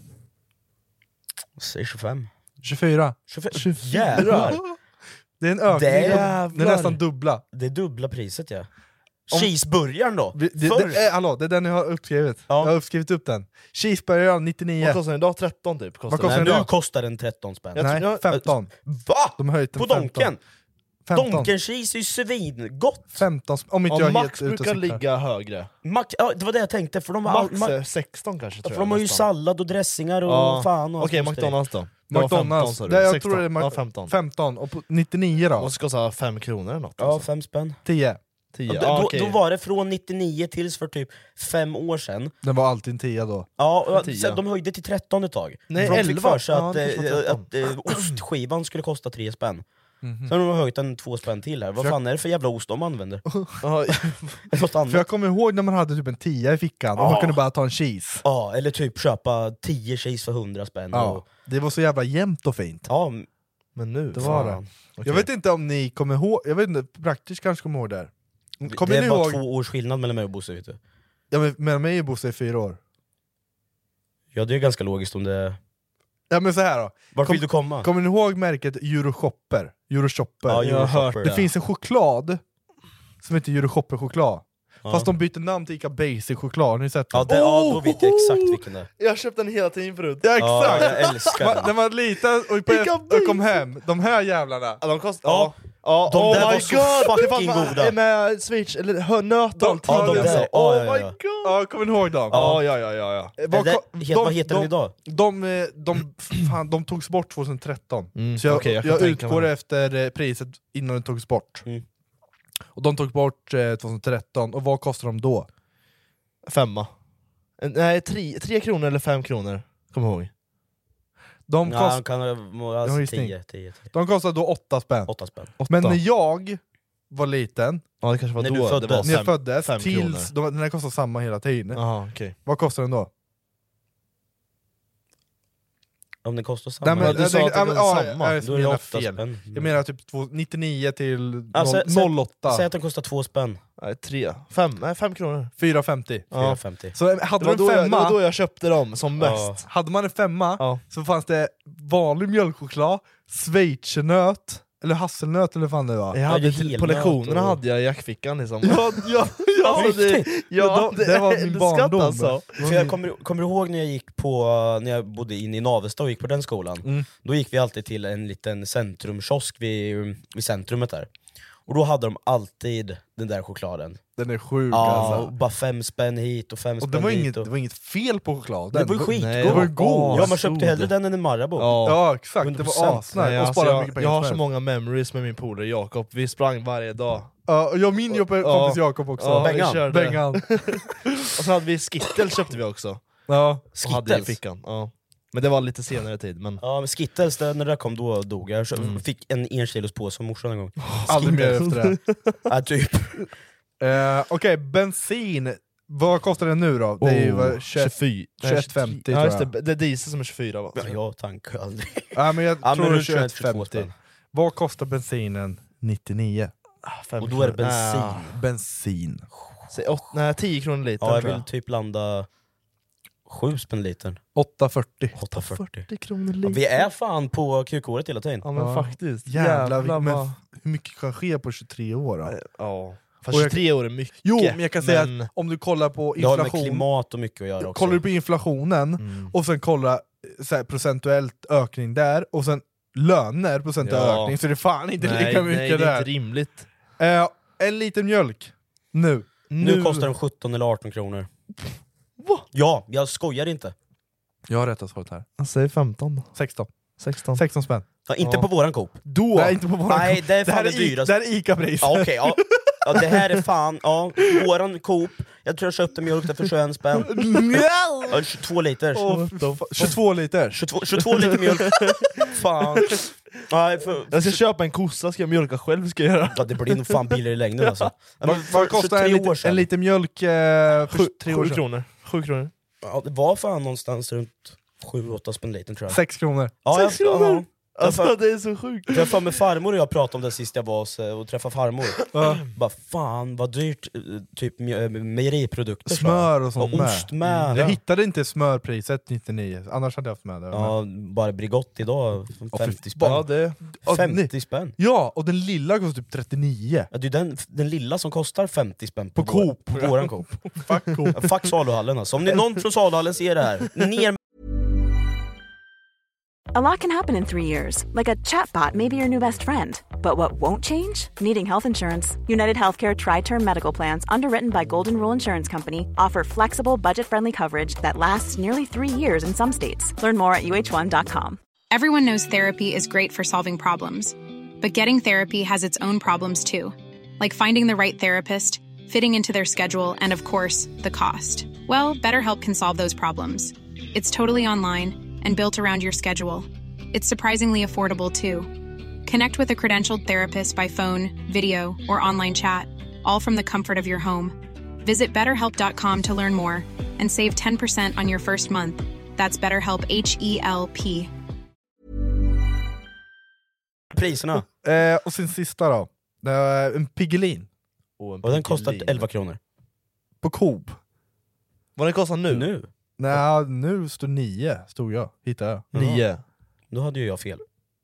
Säg tjugofem. tjugofyra. tjugofem. Jävlar! Det är en ökning, Det det är- är nästan dubbla. Det är dubbla priset ja. Cheeseburgaren då? Vi- Det, Förr. det, är, hallå, det är den jag har uppskrivit. Ja. Jag har uppskrivit upp den. Cheeseburgaren nittionio. Vad kostar den idag? tretton typ? Kostar Vad kostar Nej, den nu idag? kostar den tretton spänn. Jag Nej, tror- jag- femton. Va? De har höjt den På femton. Donken? femton. Donken cheese är ju svingott! femton, om inte Ja, jag är Max helt ute och brukar cyklar. ligga högre. Mac, ja, det var det jag tänkte, för de har, all, Max ma- är sexton kanske tror för jag. de har ju nästan. sallad och dressingar och Ja. fan och Okej, allt måste McDonalds då? Det var femton, McDonalds, sa du. det, jag sexton. tror det är Mac- Ja, femton. femton, och på nittionio Det då? måste kosta fem kronor eller något. Ja, alltså. fem spänn. tio. tio. Ja, Ja, då, okej. då var det från nittionio tills för typ fem år sedan. Den var alltid en tia då. Ja, och tio. sen, de höjde till tretton ett tag. Nej, för de fick elva. för sig Ja, att, det kanske var eh, tretton. att eh, ostskivan skulle kosta tre spänn. Mhm. Sen har de höjt den två spänn till här. Vad För fan är det för jävla ost de använder? Ja, Något För annat? jag kommer ihåg när man hade typ en tia i fickan, och Ja. man kunde bara ta en cheese. Ja, eller typ köpa tio cheese för hundra spänn. Ja. Och, Det var så jävla jämnt och fint. ja, men nu... Det var fan. det. Okej. Jag vet inte om ni kommer ihåg, jag vet inte, praktiskt kanske kommer ihåg det här. Kommer det ni är bara ihåg? två års skillnad mellan mig och Bosse, vet du. Ja, men mellan mig och Bosse är fyra år. Ja, det är ganska logiskt om det... Ja men så här då. Vart Kom- vill du komma? Kommer ni ihåg märket Euroshopper? Euroshopper. Ja, Jag har hört Euroshopper, det ja. finns en choklad som heter Euroshopper-choklad. Ja. Fast de byter namn till Ica Basic-choklad, har ni sett Ja, det, ja, då vet jag exakt vilken det är. Jag köpte den hela tiden förut. Ja, exakt! Ja, jag älskar Man, den. när man liten och, på Ica ett, och kom hem, de här jävlarna. Ja, de kostar... Ja. Ja. Ja, De oh där my var så god! fucking det fanns goda. med Schweiz, eller hö- nöt och allting. Ja, de där. Ja, Oh ja, ja, my ja. god! Ja, kommer ni ihåg dem? Ja, ja, ja, ja, ja. Vad det, ko- het, vad heter den idag? De, eh, de, fan, de togs bort tjugohundratretton, Mm, så jag, okej, jag kan jag tänka utgår mig. efter eh, priset innan det togs bort. Mm. Och de togs bort eh, tjugohundratretton, och vad kostar de då? Femma. Eh, Nej, tre, tre kronor eller fem kronor. Kom ihåg. De, Ja, kost, han kan Jag har alltså, gissning. tio, tio, tio. de kostade då åtta spänn. åtta spänn. Men Åtta. när jag var liten, Ja, det kanske var När då du det föddes. var när jag fem, föddes, fem tills kronor. de, den här kostade samma hela tiden. Jaha, okej. Vad kostar den då? Om den kostar samma. Nej, men, du jag sa tänkte- att det ja, var men, samma. ja, jag Då är det menar åtta fel. spänn. Jag menar typ två, nittionio till Ja, noll- sä- sä- noll åtta. Säg att den kostar två spänn. Nej, tre. Fem, nej, fem kronor. fyra femtio. Ja. fyra femtio. Så eh, Det hade var, man då en jag, det var femma, då jag köpte dem som Ja. mest. hade man en femma Ja. så fanns det vanlig mjölkchoklad, schweizernöt, eller hasselnöt eller vad fan det var. Jag hade det är till, på helnöt lektionerna och- hade jag i jackfickan liksom. Ja, ja, ja, Alltså, det, ja, det, det var min älskat barndom. alltså. För jag kommer, kommer du ihåg när jag gick på, när jag bodde inne i Navestad och gick på den skolan? Mm. Då gick vi alltid till en liten centrumkiosk vid, vid centrumet där. Och då hade de alltid den där chokladen. Den är sjuk Ja, alltså. och bara fem spänn hit och fem Och spänn det var, hit. inget, och... det var inget fel på choklad. Det var ju skitgod. Det var ju god. Ja, man köpte hellre den än en Marabou. Ja. Ja exakt, det hundra var procent. asnice. Nej, Och alltså, sparade jag, mycket jag pengar har som så helst. många memories med min polare Jakob, vi sprang varje dag. Ja, och jag min jobb kompis Ja. Jakob också. Ja, vi Bengan. körde. Bengan. Och så hade vi Skittles köpte vi också. Ja. Och hade i Skittles? fickan. Ja. Men det var lite senare tid. Men... Ja men Skittles, det, när det kom då dog jag. Jag köpte- Mm. fick en en kilos påse som morsan en gång. Aldrig mer efter det. Ja, typ. Eh, Okej, bensin. Vad kostar den nu då? Det är ju vad, tjugoett tjugofyra. tjugoett femtio Ja, tror just jag. det, det är diesel som är tjugofyra va? Ja, jag tankar aldrig. Ja, men jag Ja, men tror runt tjugoett tjugoett, tjugotvå femtio. spänn. Vad kostar bensinen nittionio? Fem Och då är det kronor. bensin. Ah, Bensin. säg åt, nej, tio kronor litern Ja, jag tror vill jag. typ landa sju spänn litern. åtta fyrtio. åtta fyrtio. fyrtio kronor Ja, litern. vi är fan på kukåret hela tiden. Ja men Ja. faktiskt. Jävlar, men vad- hur mycket kan ske på tjugotre år då? Ja. Fast Och jag- tjugotre år är mycket. Jo, men jag kan säga men- att om du kollar på Det har med inflation, klimat och mycket att göra också. kollar du på inflationen Mm. och sen kolla så här, procentuellt ökning där, och sen löner procentuell Ja. ökning, så det är fan inte nej, lika mycket nej, det är där. inte rimligt. Eh, en liter mjölk, nu. Nu kostar den sjutton eller arton kronor. Va? Ja, jag skojar inte. Jag har rätt svaret här. Jag säger femton. sexton. sexton. sexton spänn. Ja, inte Ja. på våran Coop. Då! Nej, inte på våran Nej, Coop. det är fan här det är I- dyraste. Det här är Ica-pris. Ja, okej, ja. Ja, det här är fan, ja, våran Coop, jag tror jag köpte mjölk där för tjugoen spänn. Ja, tjugotvå liter. Åh, fy fan. tjugotvå liter. tjugotvå, tjugotvå liter mjölk. Fan. Nej, för, Jag ska köpa en kossa, ska jag mjölka själv ska jag göra. ja, det blir nog fan billigare i längden alltså. Ja, Vad, men för vad kostar en tjugotre år liter, sedan- en liter mjölk eh, för Sju, tre år sju sedan? kronor. Sju kronor. Ja, det var fan någonstans runt sju åtta spänn litern tror jag. Sex kronor. Ja, Sex jag, kronor? Ja. Alltså Jag det är så sjukt. Jag för med farmor och jag pratade om det sist jag var hos, och träffade farmor. Ja. Bara fan vad dyrt, eh, typ mjö- mejeriprodukter. Smör och sånt och med. ost med. Jag hittade inte smörpriset nittionio, annars hade jag haft med det. Ja, bara Bregott idag, femtio spänn. Ja, det... Och femtio spänn. Ja, och den lilla kostar typ trettionio. Ja, det är den, den lilla som kostar femtio spänn på, På vår, Coop. på våran Coop. Fuck Coop. Ja, fuck saluhallen alltså. Om det är någon från saluhallen ser det här, ner. A lot can happen in three years, like a chatbot may be your new best friend. But what won't change? Needing health insurance. United Healthcare Tri-Term Medical Plans, underwritten by Golden Rule Insurance Company, offer flexible, budget-friendly coverage that lasts nearly three years in some states. Learn more at U H one dot com. Everyone knows therapy is great for solving problems. But getting therapy has its own problems too. Like finding the right therapist, fitting into their schedule, and of course, the cost. Well, BetterHelp can solve those problems. It's totally online and built around your schedule. It's surprisingly affordable too. Connect with a credentialed therapist by phone, video, or online chat, all from the comfort of your home. Visit better help dot com to learn more and save ten percent on your first month. That's BetterHelp, H E L P. Priserna. Eh, och sin sista då. Det är en Piggelin. Oh, en Och den kostar Piggelin. elva kronor. På Coop. Vad den kostar nu? Nu? Nej, nu står nio, stod jag. Hittade jag. Nio. Då hade ju jag fel.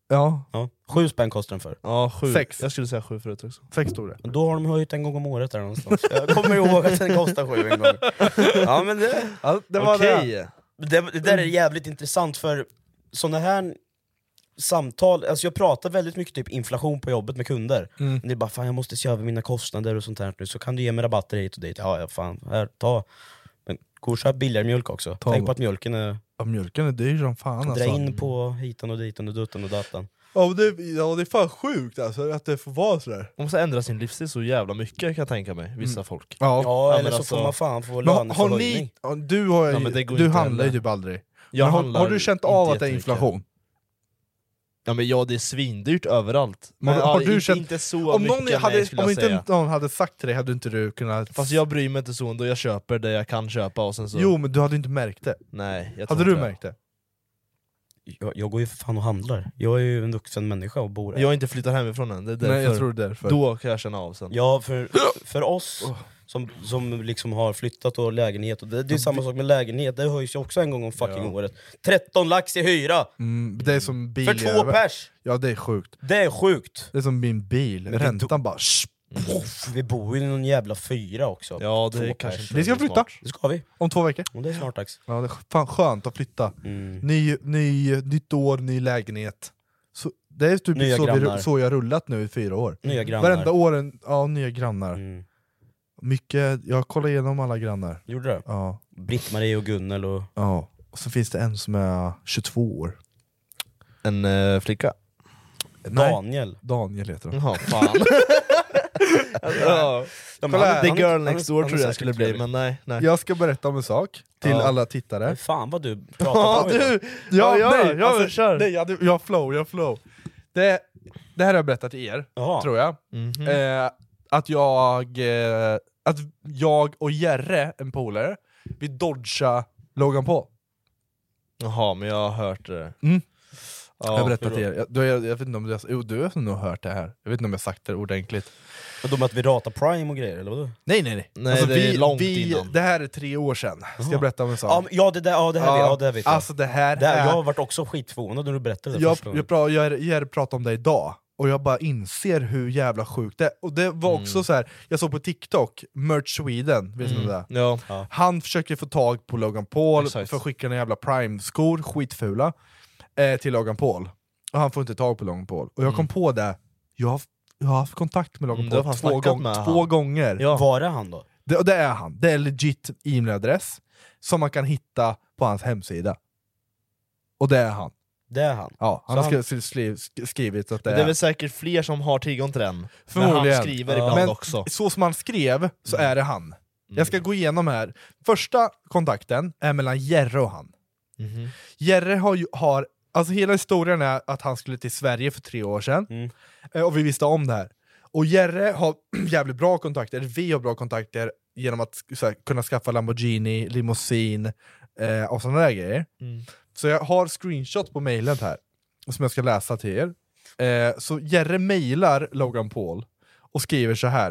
Ja. ja. Sju spänn kostar den för. Ja, sju. Sex. Jag skulle säga sju förut också. Sex stod det. Då har de höjt en gång om året där någonstans. Jag kommer ihåg att den kostar sju en gång. Ja men det, ja, det var okay. det. det. Det där är jävligt intressant för såna här samtal, alltså jag pratar väldigt mycket typ inflation på jobbet med kunder. Mm. Det är bara fan jag måste se över mina kostnader och sånt här nu, så kan du ge mig rabatter hit och dit. Ja, ja fan, här, ta. Men gå och köp billigare mjölk också. Ta Tänk då. på att mjölken är... Ja, mjölken är dyr som fan Dra alltså. in på hitan och ditan och duttan och datan. Ja, det, ja, det är fan sjukt alltså, att det får vara sådär. Man måste ändra sin livsstil så jävla mycket kan jag tänka mig, vissa Mm. folk. Ja, Ja, Ja, eller men så alltså- får man fan få Men har, har löneförhöjning. ni, ja, du har, Ja, men det går du inte handlar ju heller. typ aldrig. Jag Men har, handlar har du känt inte av att det är jättemycket. inflation? Ja men ja, det är svindyrt överallt. Men har, har ja, du inte, känt, inte så om mycket, någon nej, hade, skulle om jag inte säga. någon hade sagt till dig hade inte du kunnat... Fast jag bryr mig inte så ändå, jag köper det jag kan köpa och sen så... Jo, men du hade inte märkt det. Nej, jag Hade tror du inte märkt det? Jag, jag går ju för fan och handlar. Jag är ju en vuxen människa och bor här. Jag har inte flyttat hemifrån än, det är därför. Nej, jag tror det är därför. Då kan jag känna av sen. Ja, för, för oss som, som liksom har flyttat och lägenhet, och det, det är samma sak med lägenhet, det höjs ju också en gång om fucking Ja. året. tretton lax i hyra! Mm, det är som bil För två pers! Ja, det är sjukt. Det är sjukt! Det är som min bil, Men det räntan bara... Sh, Vi bor ju i någon jävla fyra också. Ja, det Två är kanske pers. inte Vi ska så flytta. smart. Det ska vi. om två veckor. Och det är snart dags. Ja, det är fan skönt att flytta. Mm. Ny, ny, nytt år, ny lägenhet. Så, det är typ Nya så, vi, grannar. så jag har rullat nu i fyra år. Nya grannar. Varenda år, ja, nya grannar. Mm. Mycket, jag kollar igenom alla grannar. Gjorde du? Ja. Britt-Marie och Gunnel och... Ja. Och så finns det en som är tjugotvå år. En uh, flicka? Nej, Daniel. Daniel heter hon. Jaha, fan. ja. Kolla här, The han- girl han- next han- door han är tror jag säkert skulle bli, trevlig. men nej, nej. Jag ska berätta om en sak till Ja. alla tittare. Fan vad du Ja, pratar på idag. du! Ja, Ja, nej, ja, alltså, kör. nej, jag, jag har flow, jag har flow. Det, det här har jag berättat till er, Jaha. tror jag. Mhm. Eh, att jag eh, att jag och Jerre, en polare, vi dodga Logan Paul. Jaha, men jag har hört det. Mm. Ja, jag har berättat hur till då? er. Jag, då, jag, jag vet inte om du har, jo, du har nog hört det här. Jag vet inte om jag har sagt det ordentligt. Och de att vi ratar Prime och grejer, eller vadå? Nej nej nej. Nej, det är långt innan. Det här är tre år sedan. Ska Jaha. jag berätta om en sak? Ja, men- ja, det där, ja, det här, Ja, ja, det här vet jag. alltså det här det här, är... jag har varit också skitförvånad när du berättade det Jag, första jag, gången. pra, jag, jag pratade om det idag, och jag bara inser hur jävla sjukt det är. Och det var också så här. Jag såg på TikTok, Merch Sweden, vet du Mm. vad det är? Ja. Ja. Han försöker få tag på Logan Paul Exakt. för att skicka några jävla Prime-skor, skitfula, eh, till Logan Paul. Och han får inte tag på Logan Paul. Och jag kom på det, jag har, jag har haft kontakt med Logan Mm, du har Paul fan två, snackat gång, med två han. gånger. Ja. Var är han då? Det, och det är han, det är legit e-mailadress som man kan hitta på hans hemsida. Och det är han. Det är han. Ja, han Så har han- skri- skriv, sk- skrivit att det, Men det är väl säkert fler som har tillgång till den. Men Förmodligen. han skriver Ja. ibland Men också. så som han skrev så Mm. är det han. Jag ska gå igenom här. Första kontakten är mellan Jerre och han. Mhm. Jerre har, ju, har alltså hela historien är att han skulle till Sverige för tre år sedan, Mm. eh, och vi visste om det här. Och Jerre har jävligt bra kontakter, vi har bra kontakter genom att så här, kunna skaffa Lamborghini, limousin eh, och sådana där grejer. Mm. Så jag har screenshot på mailen här, som jag ska läsa till er. Eh, så Jerre mailar Logan Paul och skriver så här.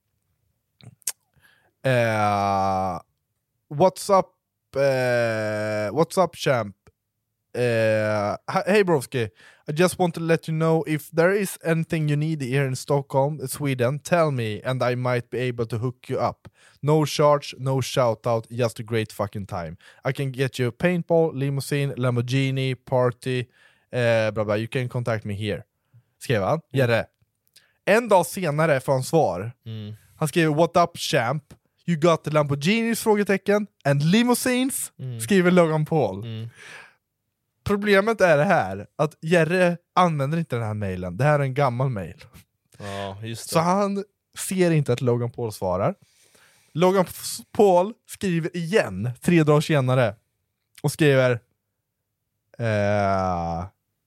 Eh, what's up, eh, what's up champ? Uh, hey broski, I just want to let you know if there is anything you need here in Stockholm, Sweden, tell me and I might be able to hook you up. No charge, no shout out, just a great fucking time. I can get you a paintball, limousine, Lamborghini, party, uh, blah blah. You can contact me here. Skrev han, Jerre. En dag senare får han svar. Mm. Han skriver what up champ, you got the Lamborghinis? Frågetecken. And limousines? Mm. Skriver Logan Paul. Mm. Problemet är det här, att Jerre använder inte den här mailen. Det här är en gammal mail. Ja, just det. Så han ser inte att Logan Paul svarar. Logan Paul skriver igen, tre dagar senare, och skriver eh,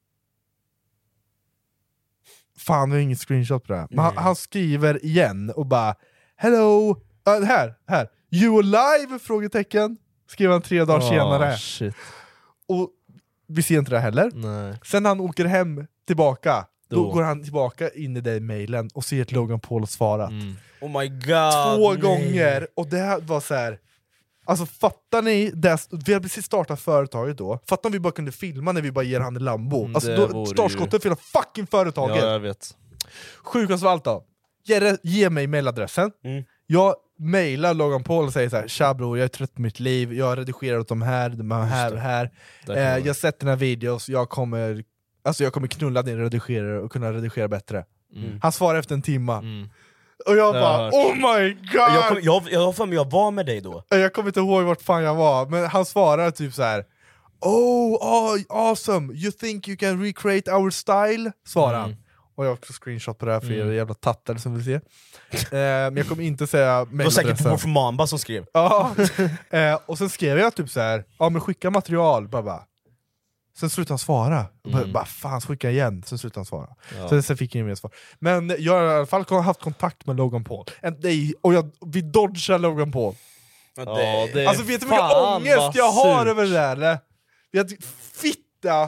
fan, det är ingen screenshot på det här. Men han, han skriver igen och bara hello, uh, här, här, you alive? Frågetecken. Skriver han tre dagar Oh, senare. shit. Och vi ser inte det heller. Nej. Sen när han åker hem tillbaka, då, Då. går han tillbaka in i den mailen och ser att Logan Paul har svarat. Mm. Oh my god. Två nej. gånger, och det här var så här. Alltså fattar ni, det, vi har precis startat företaget då. Fattar om vi bara kunde filma när vi bara ger han en Lambo. Mm, alltså det då, vore startskottet ju- för hela fucking företaget. Ja, jag vet. Sjukast av allt då. Ge, det- ge mig mailadressen. Mm. Jag mailar Logan Paul och säger så här: tja bror, jag är trött på mitt liv. Jag har redigerat åt de här, de här och här. Där Eh, kan man- jag sätter dina videos, jag kommer, alltså jag kommer knulla din redigerare och kunna redigera bättre. Mm. Han svarar efter en timma. Mm. Och jag Det har bara, jag hört. oh my god! Jag, kom, jag, jag har för mig jag var med dig då. Jag kommer inte ihåg vart fan jag var, men han svarar typ så här: oh, oh, awesome, you think you can recreate our style? Svarar han. Mm. Och jag har också screenshot på det här för Mm. er jävla tattare som vill se. eh, Men jag kommer inte säga Det var säkert mailadressen. Wolf Mamba som skrev. Ja, eh, och sen skrev jag typ så här: ja men skicka material, bara, bara. Sen slutade han svara, mm. bara, bara fan skicka igen, sen slutade han svara. Ja. Sen, sen fick jag inget mer svar. Men jag har i alla fall haft kontakt med Logan Paul. And they, och jag, vi dodgar Logan Paul. Ja, det, det Alltså vet du hur mycket fan ångest vad jag har surt. över det där eller? Vi har fitta!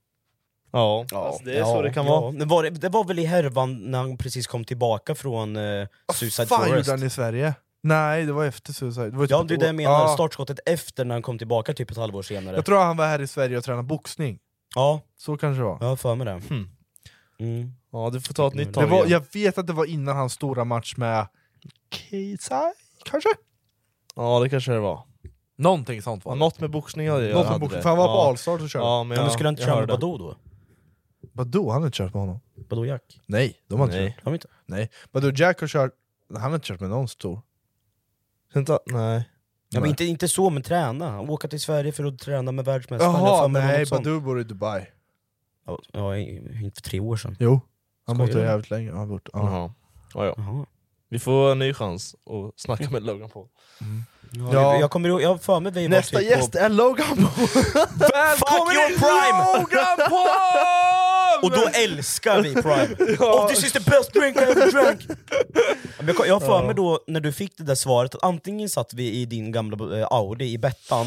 Ja, alltså, det är så det kan ja. vara. Det var, det var väl i härvan när han precis kom tillbaka från uh, Suicide Fan Forest. gjorde han i Sverige? Nej, det var efter Suicide. Det var typ Ja, ett det är år- det jag menar, Ja. startskottet efter när han kom tillbaka typ ett halvår senare. Jag tror han var här i Sverige och tränade boxning. Ja, Så kanske det var. jag har för mig det. Hmm. Mm. Ja, du får ta ett nytt Det tag var, igen. jag vet att det var innan hans stora match med Keisai, kanske? Ja, det kanske det var. Någonting sånt var Ja, det. något med boxning hade jag. Något med hade boxning, det. för han var på Ja. Allstar så körde Ja, han. men Ja, men jag, skulle han inte jag köra med hörde. Badoo då? Badoo, han har inte kört med honom. Badoo Jack? Nej, de har inte Nej. kört. Har vi inte? Nej. Badoo Jack har kört, han har inte kört med någon stor. Inte, nej. Ja, men inte, inte så, men träna. Åka till Sverige för att träna med världsmästaren. Jag har Jaha, för mig nej, något sånt. Badoo bor i Dubai. Ja, ja, inte för tre år sedan. Jo, han Skojar bott där du? jävligt länge. Han har bott, ja. Jaha. Ja, ja. Jaha. Vi får en ny chans att snacka med Logan Paul. Ja, Ja. Jag kommer ihåg, jag har för mig vi var Nästa typ gäst på... är Logan Paul! Fuck your Prime! Logan Paul! Och då älskar vi Prime. Oh, this is the best drink I ever drank! Men jag, jag har för mig då, när du fick det där svaret, att antingen satt vi i din gamla eh, Audi i Bettan,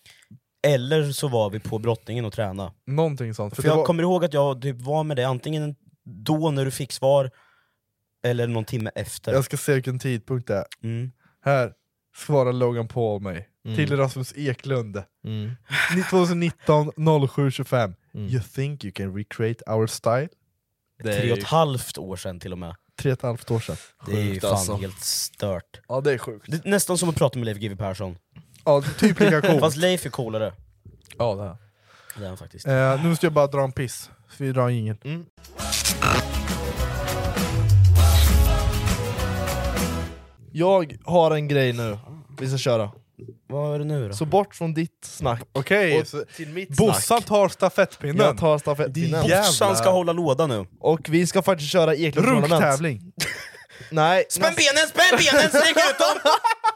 eller så var vi på Brottningen och tränade. Någonting sånt. För, det jag var- kommer ihåg att jag typ var med dig, antingen då när du fick svar, eller någon timme efter. Jag ska se vilken tidpunkt det är. Mm. Här svarar Logan Paul mig. Mm. Till Rasmus Eklund. Mm. tjugonitton noll sju tjugofem. Mm. You think you can recreate our style? Det är Tre och ju- ett halvt år sedan till och med. Tre och ett halvt år sedan. Det är ju Sjukt, fan alltså. helt stört. Ja, det är sjukt. Det är nästan som att prata med Leif G W Persson. Ja, typ lika coolt. Fast Leif är coolare. Ja, det är. Det är han faktiskt. Eh, nu måste jag bara dra en piss. Så vi drar en jingel. Mm. Jag har en grej nu vi ska köra. Vad är det nu då? Så bort från ditt snack Okej, och så till mitt Bossan snack. tar stafettpinnen. Jag tar stafettpinnen. Din Bossan ska hålla låda nu. Och vi ska faktiskt köra Eklund Tournament. Runktävling. Nej, Spänn benen, spänn benen, sträck ut dem!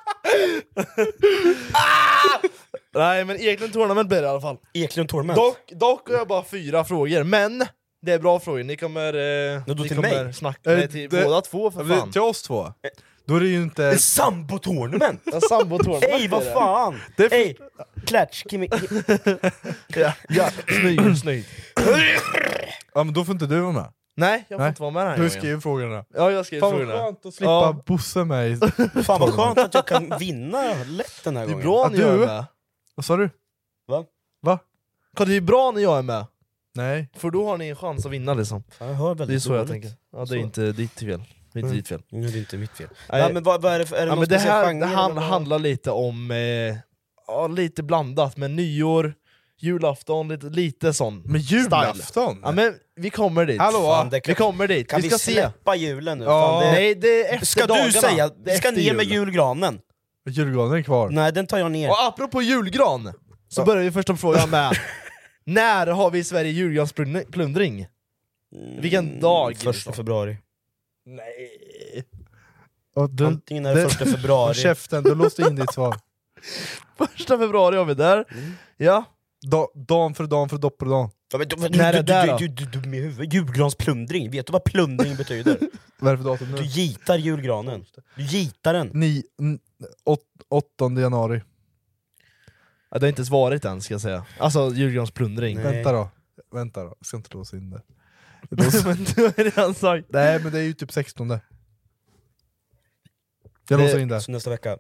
nej men Eklund Tournament blir det i alla fall. Eklund Tournament. Dock, dock har jag bara fyra frågor, men det är bra frågor. Ni kommer, eh, då ni till kommer mig? snacka Eh, nej, till det- båda två för fan. Till oss två. Då är det ju inte... Sambo-tournament! Ja, sambo-tournament Hej, vad blir det. fan! Det är Hej! Klatsch, Kimi... Ja, ja, snygg, snygg. Ja, men då får inte du vara med. Nej, jag får Nej. inte vara med den här Du gången. skriver frågorna. Ja, jag skrev Fan vad frågorna. skönt att slippa Ja. Bosse mig. Fan vad skönt att jag kan vinna lätt den här Det är gången. bra Att när jag du- är med. Vad sa du? Va? Va? Kan det är bra när jag är med, Nej. för då har ni en chans att vinna liksom. Jag hör väldigt Det är så jag dåligt. tänker. Ja, det är Så. inte ditt fel. Det är inte Mm. ditt fel. Nej, det är inte mitt fel. Nej. Ja, men vad, vad är det för, är det Ja, någon men det speciell här genre? det han, eller vad? handlar lite om, eh, ja, lite blandat med nyår, julafton, lite, lite sån Men julafton? Ja, men vi kommer dit. Hallå? Fan, det kan- Vi kommer dit, Kan vi vi, ska se. släppa julen nu? Ja. Fan, det... Nej, det är efter Ska dagarna. du säga, Det är vi ska efter ner med jul. julgranen? Julgranen är kvar. Nej, den tar jag ner. Och apropå julgran, så Ja. börjar vi första frågan med när har vi i Sverige julgransplundring? Vilken dag? Mm, Första februari. Nej. Och du, Antingen är det första februari. Håll käften, du låste in ditt svar. Första februari har vi där. Ja. Da, dan för dan för dopperdan. Ja, men, du, du, När är du, det där du, då? du, du, du, du med huvud. Julgransplundring, vet du vad plundring betyder? Vad är det för datum Du nu? gitar julgranen. Du gitar den. Ni, n, åt, åttonde januari. Ja, det har inte ens varit än ska jag säga. Alltså julgransplundring. Nej. Vänta då. Vänta då, jag ska inte låsa in det. Men du har redan sagt. Nej men det är ju typ sextonde. Jag låser in det. Så nästa vecka.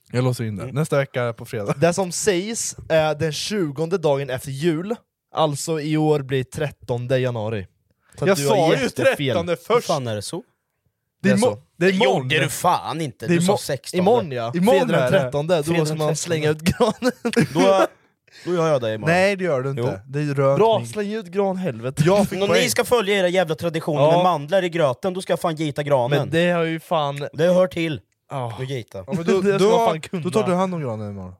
Jag låser in det. Mm. Nästa vecka på fredag. Det som sägs är den tjugonde dagen efter jul. Alltså i år blir trettonde januari. Så jag sa ju trettonde först. Hur fan är det så? Det är, mo- det är imorgon. Det gjorde du fan inte, det du sa mo- sextonde. Imorgon ja, imorgon fredag den trettonde, då ska man slänga ut granen. Då, då gör jag det imorgon. Nej det gör du inte. Jo. Det är rönt. Bra, släng ut gran, helvete. Jag fick Om ni ska följa era jävla traditioner Ja. med mandlar i gröten, då ska jag fan gita granen. Men det har ju fan... Det hör till. Oh. Och gita. Ja, men då, Det ska man då, fan kunna. då tar du hand om granen imorgon.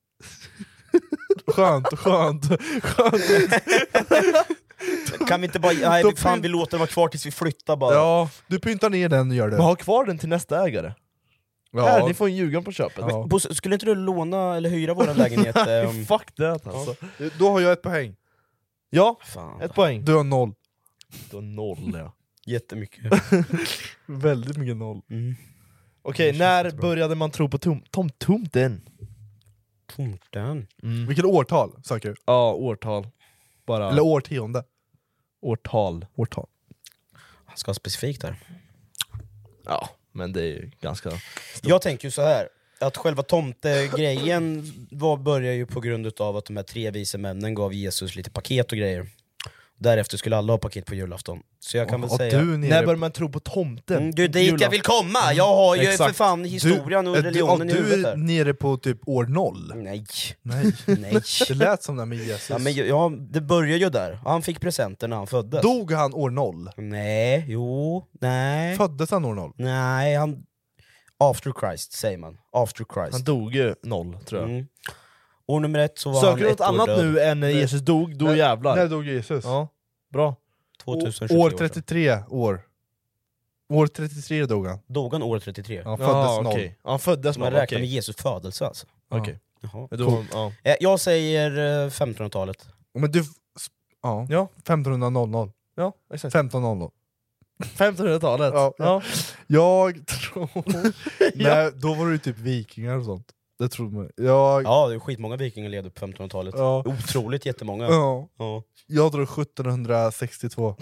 Skönt, skönt, skönt. Kan vi inte bara, nej Då fan pynt- vi låter den vara kvar tills vi flyttar bara. Ja, du pyntar ner den och gör det. Men ha kvar den till nästa ägare. Ja. Här, ni får en Djurgården på köpet. Ja. Bosse, skulle inte du låna eller hyra våran lägenhet? Um, Fuck det alltså. Då har jag ett poäng. Ja, fan. ett poäng. Du har noll. Du har noll ja. Jättemycket. Väldigt mycket noll. Mm. Okej, när började man tro på tom, tom, tomten? Tomten? Mm. Vilket årtal söker du? Ja, årtal. Bara Eller årtionde? årtal. Årtal. Han ska ha specifikt där. Ja, men det är ju ganska... Jag tänker ju så här att själva tomtegrejen var, börjar ju på grund av att de här tre vise männen gav Jesus lite paket och grejer. Därefter skulle alla ha paket på julafton. Så jag kan väl Och säga... du nere... När börjar man tro på tomten? Mm, det är dit jag vill komma! Jag har ju Exakt. för fan historien och du, religionen du, i huvudet Du är här. nere på typ år noll. Nej. Nej. Nej. Det lät som det med Jesus. Ja, men, ja, det börjar ju där. Han fick presenter när han föddes. Dog han år noll? Nej, jo, nej. Föddes han år noll? Nej, han... After Christ säger man. After Christ. Han dog ju noll, tror jag. Mm. År nummer ett så var Söker han du något ett år annat död. nu än när Jesus dog, då När- jävlar. När dog Jesus? Ja, bra. tjugohundratjugotre År år sedan. trettiotre år. År trettiotre dog han. Dog han år trettiotre? Han föddes Ja, noll. okej. Han föddes Så man noll, räknar med okej. Jesus födelse alltså. Okej. Jaha. Men då- ja. Eh, Jag säger eh, femtonhundratalet. Men du... Ja. Ja. femtonhundra. Ja, exakt. femton noll noll. femtonhundratalet. Ja. Ja. Jag tror... Nej, då var det ju typ vikingar och sånt. Det tror man. Jag... Ja, det är skitmånga vikingar levde på femtonhundratalet. Ja. Otroligt jättemånga. Ja. Ja. Jag tror sjuttonhundrasextiotvå.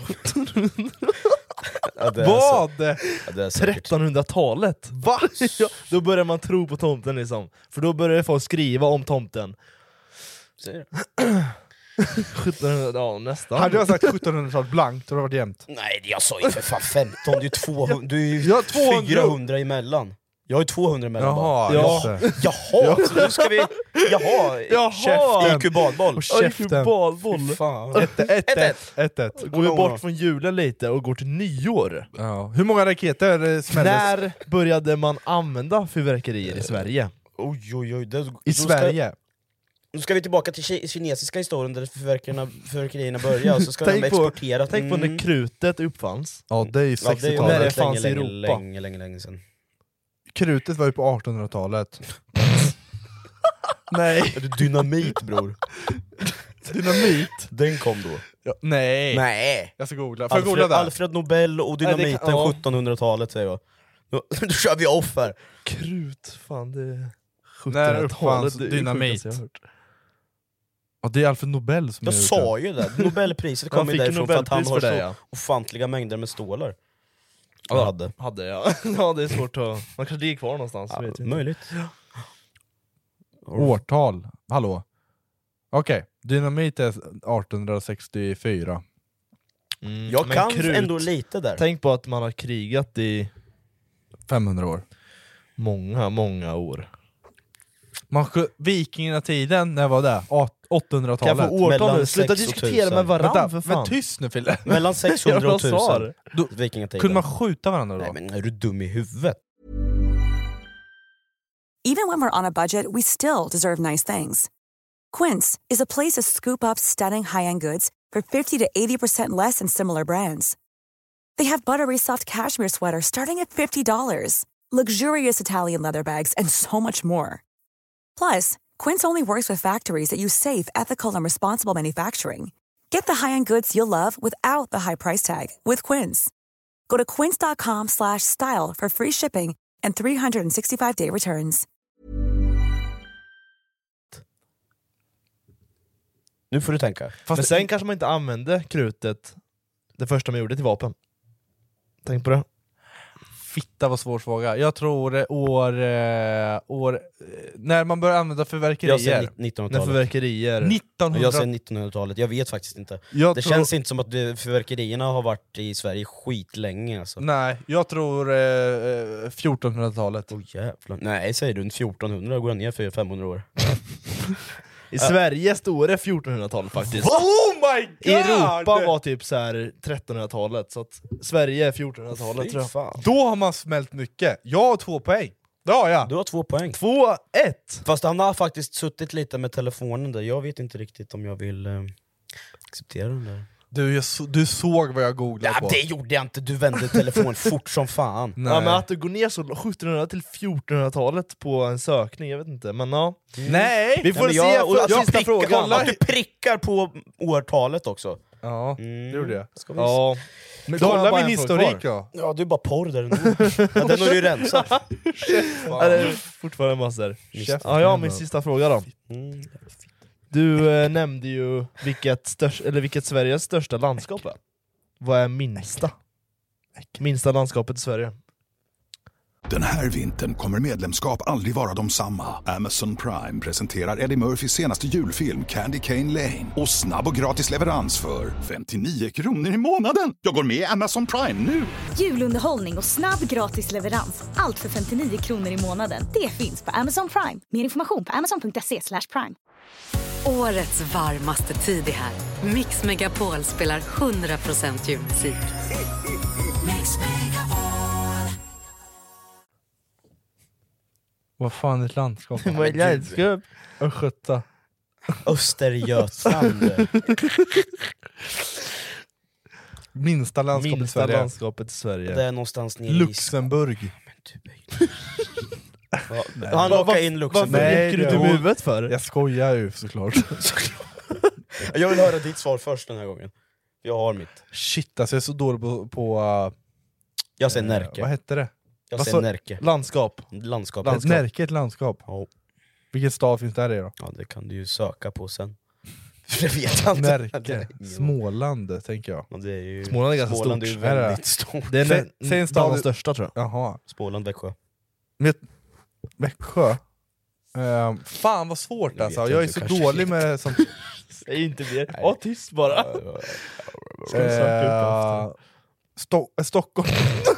Ja, det är Vad? så- ja, det är säkert. trettonhundratalet. Va? Ja, då börjar man tro på tomten liksom. För då börjar folk skriva om tomten. Ser du? sjuttonhundra, ja nästan. Hade jag sagt sjuttonhundratalet blankt, då hade det varit jämnt. Nej, jag sa ju för fan femton, det är ju tvåhundra, du är ju Ja, tvåhundra. fyrahundra emellan. Jag har ju tvåhundra emellan Jaha, bara. just det. Jaha, så nu ska vi... Jaha, Jaha. käften. I kubadboll. Och käften. Boll. Fan. ett ett ett ett Går vi bort från julen lite och går till nyår. Ja. Hur många raketer eh, smälldes? När började man använda fyrverkerier i Sverige? Oj, oj, oj. Det, I då ska- Sverige? Nu ska vi tillbaka till ki- kinesiska historien där fyrverkerierna, fyrverkerierna började, och så ska de Tänk på, exportera... tänk på när krutet uppfanns. Ja, det är ju Ja, det är ju sextiotalet. När det länge, fanns i länge, Europa. länge, länge, länge sedan. Krutet var ju på artonhundratalet. Nej. Är det dynamit, bror? Dynamit? Den kom då. Ja, nej. Nej! Jag ska googla. Får jag googla Alfred, där? Alfred Nobel och Nej, det dynamiten kan- ja. sjuttonhundratalet säger jag. Då, då kör vi off här. Krut, fan det är När uppfanns sjuttonhundratalet, det är det dynamit? sjukaste jag har hört. Ja, det är Alfred Nobel som Jag har gjort sa ju det, Nobelpriset Han kom ju fick därifrån för att han Nobelpris har för så det, ja. ofantliga mängder med stålar. Ja, Jag hade. Hade jag. Ja, det är svårt att... Man kanske ligger kvar någonstans, Ja, vet jag inte. möjligt. Årtal. Hallå. Okej, dynamit är artonhundrasextiofyra. Mm, Jag men kan krut. ändå lite där. Tänk på att man har krigat i femhundra år. många, många år. Man, skö- vikingatiden, när var det? Åt- Kan åttahundratalet. jag få årtal Mellan nu? Sluta sex och diskutera tusen. med varandra Vänta, för fan. men tyst nu Fille. Mellan sexhundra och Jag sa tusen. det. Då- Vikingatiden. Kunde man skjuta varandra då? Nej men är du dum i huvudet? Even when we're on a budget, we still deserve nice things. Quince is a place to scoop up stunning high-end goods for fifty to eighty percent less than similar brands. They have buttery soft cashmere sweaters starting at fifty dollars, luxurious Italian leather bags, and so much more. Plus, Quince only works with factories that use safe, ethical, and responsible manufacturing. Get the high-end goods you'll love without the high price tag with Quince. Go to quince.com slash style for free shipping and three sixty-five day returns. Nu får du tänka. Men sen kanske man inte använde krutet det första man gjorde till vapen. Tänk på det. fitta vad svår fråga. Jag tror eh, år, eh, år eh, när man börjar använda förverkerier. Jag säger nittonhundratalet. När förverkerier. nittonhundra Jag säger nittonhundratalet, jag vet faktiskt inte. Jag det tror... känns inte som att det, förverkerierna har varit i Sverige skitlänge alltså. Nej, jag tror eh, fjortonhundratalet. Åh oh, jävlar. Nej, säger du fjortonhundra går ner för femhundra år. I Sverige stod det fjortonhundratalet faktiskt. Oh my god! I Europa var typ så här trettonhundratalet, så att Sverige är fjortonhundratalet tror jag. Fan. Då har man smält mycket. Jag har två poäng. Det har jag. Du har två poäng. Två, ett. Fast han har faktiskt suttit lite med telefonen där. Jag vet inte riktigt om jag vill eh, acceptera den där. Du, jag så, du såg vad jag googlade Ja, på. det gjorde jag inte, du vände telefonen fort som fan. Nej. Ja, men att du går ner så sjuttonhundra till fjortonhundratalet på en sökning, jag vet inte, men ja. Mm. Nej! Vi får Nej, se jag, för, jag sista prickar, frågan. kolla att du prickar på årtalet också. Ja, Mm. det gjorde jag. Ska vi Ja. Men Då har jag kolla bara min en fråga historik kvar. då. Ja, du är bara porr där ändå. Ja, den har du ju rensat. Ja, det är fortfarande massor. Käft. Ja, jag har min sista fråga då. Mm. Du eh, nämnde ju vilket, störst, eller vilket Sveriges största landskap är. Vad är minsta? Minsta landskapet i Sverige. Den här vintern kommer medlemskap aldrig vara de samma. Amazon Prime presenterar Eddie Murphys senaste julfilm Candy Cane Lane. Och snabb och gratis leverans för femtionio kronor i månaden. Jag går med i Amazon Prime nu! Julunderhållning och snabb gratis leverans. Allt för femtionio kronor i månaden. Det finns på Amazon Prime. Mer information på amazon punkt se slash prime. Årets varmaste tid är här. Mix Megapol spelar hundra procent julmusik. Vad fan är ett landskap? Vad är landskap? Östgöta. Östergötland. Minsta landskapet i Minsta Sverige. landskapet i Sverige. Det är någonstans nere Luxemburg. i... Ja, han lockar in Luxemburg. Varför Nej, räcker du det- inte med huvudet för? Jag skojar ju såklart. Jag vill höra ditt svar först den här gången. Jag har mitt. Shit, alltså jag är så dålig på... på uh, Jag säger Närke. vad hette det? Jag vad säger så- Närke. Landskap. Landskap. Landskap. Närke är ett landskap. Ja. Vilken stad finns där i då? Ja, det kan du ju söka på sen. Det vet jag inte. Närke. Småland, tänker jag. Ja, det är ju... Småland är ganska Småland är ju stort. väldigt stort. Det är Säg- en, säg en en stad- av de största tror jag. Jaha. Småland, Växjö. Men, Växjö? Ehm, fan vad svårt Jag alltså, vet jag är inte, så kanske dålig lite. med sånt. Säg inte mer. Ja, tyst bara. Ska du söka upp Ehm, Sto- äh, Stockholm.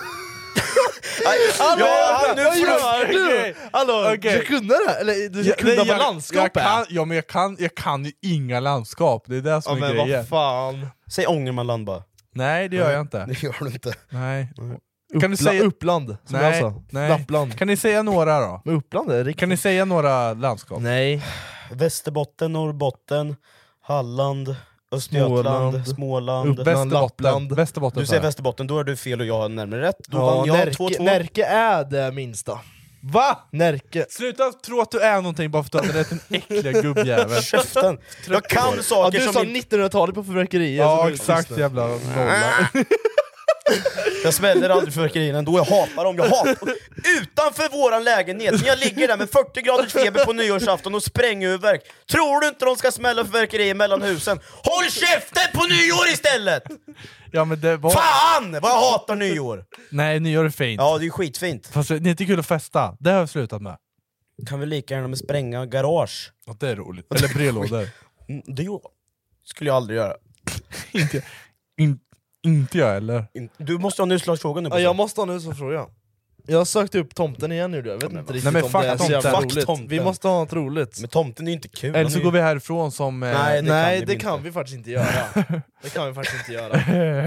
Hallå, Ja, nu vad får du- gör du? Hallå, Okej. du ska kunna det här? Eller du ska Ja, kunna nej, vad jag- landskap jag kan, är? Ja men jag kan, jag kan ju inga landskap, det är det Ja som är men grejen. vad fan. Säg Ångermanland bara. Nej det gör jag inte. Det gör du inte. Nej. Uppla- Kan du säga... Uppland, som Nej, jag sa. nej. Lappland. Kan ni säga några då? Men Uppland är riktigt... Kan ni säga några landskap? Nej. Västerbotten, Norrbotten, Halland, Östergötland, Småland. Småland. Upp- Västerbotten. Lappland. Västerbotten Du sa säger jag. Västerbotten, då är du fel och jag har närmare rätt. Då Ja, vann jag Närke, två två. Närke är det minsta. Va? Närke. Sluta tro att du är någonting bara för att du hade rätt en äckliga gubbjävel. Käften! Jag kan Ja, saker du som sa inte... nittonhundratalet på förverkerier. Ja så du är exakt tyst nu. jävla nolla. Jag smäller aldrig fyrverkerierna ändå, jag hatar dem, jag hatar utanför våran lägenhet, när jag ligger där med fyrtio graders feber på nyårsafton och spränghuvudvärk. Tror du inte de ska smälla fyrverkerier mellan husen? Håll käften på nyår istället! Ja men det var... Fan vad jag hatar nyår! Nej, nyår är fint. Ja, det är skitfint. Fast det är inte kul att festa, det har jag slutat med. Kan vi lika gärna med spränga garage? Ja, det är roligt. Eller brevlådor. Mm, det jo- skulle jag aldrig göra. inte, in, inte jag eller? In- Du måste ha en utslagsfråga nu. Ja, jag måste ha en utslagsfråga. Jag har sökt upp tomten igen nu, jag vet inte riktigt men om fuck det är så tomten. jävla Fuck roligt. tomten. Vi måste ha något roligt. Men tomten är ju inte kul. Eller Han så är går ju- vi härifrån som... Eh... Nej, det Nej, kan det vi kan inte. vi faktiskt inte göra. Det kan vi faktiskt inte göra.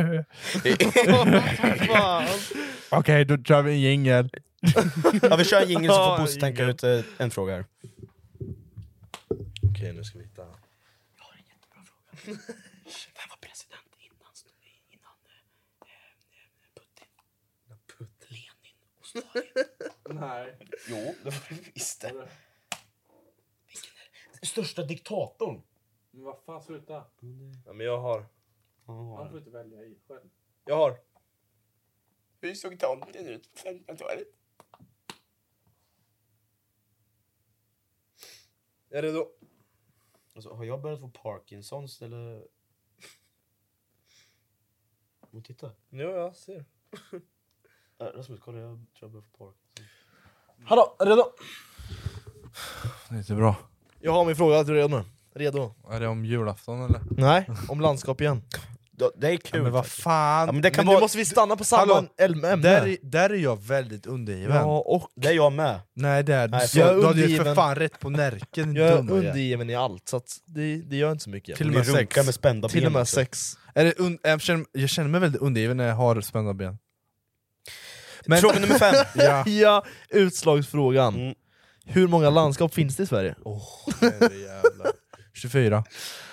Fan. Okej, då kör vi en jingel. Ja, vi kör en jingle så Ja, får Bosse tänka jingle. ut eh, en fråga här. Okej, nu ska vi hitta. Vem var president innan, innan eh, Putin? Putin? Lenin och Stalin? Nej. Jo, det var det visst det. Vilken är den största diktatorn? Men vad fan, sluta. Ja, men jag har. Man får inte välja i själv. Jag har. Hur såg tomten ut på femtonhundratalet? Jag är redo. Alltså, har jag börjat få Parkinsons eller? Och titta. Ja, jag ser. Rasmus, kolla, jag tror jag behöver torka. Hallå, redo? Det är inte bra. Jag har min fråga, är du redo nu? Redo? Är det om julafton eller? Nej, om landskap igen. Det är kul. Ja, men vad fan. Ja, men det kan men vara... nu måste vi stanna på samma Hallå, ämne. Där är, där är jag väldigt undergiven. Ja, och Det är jag med. Nej, det är du. Nej, Så, jag är du hade ju undergiven. för fan rätt på närken. jag är dumma jävel. undergiven i allt, så att det, det gör inte så mycket. Till och Ni med sex. runkar med spända Till ben och med också. sex. Är det un- jag, känner, jag känner mig väldigt undergiven när jag har spända ben. Men, Fråga nummer fem. ja. Ja, utslagsfrågan. Mm. Hur många landskap finns det i Sverige? Oh, jävlar. tjugofyra.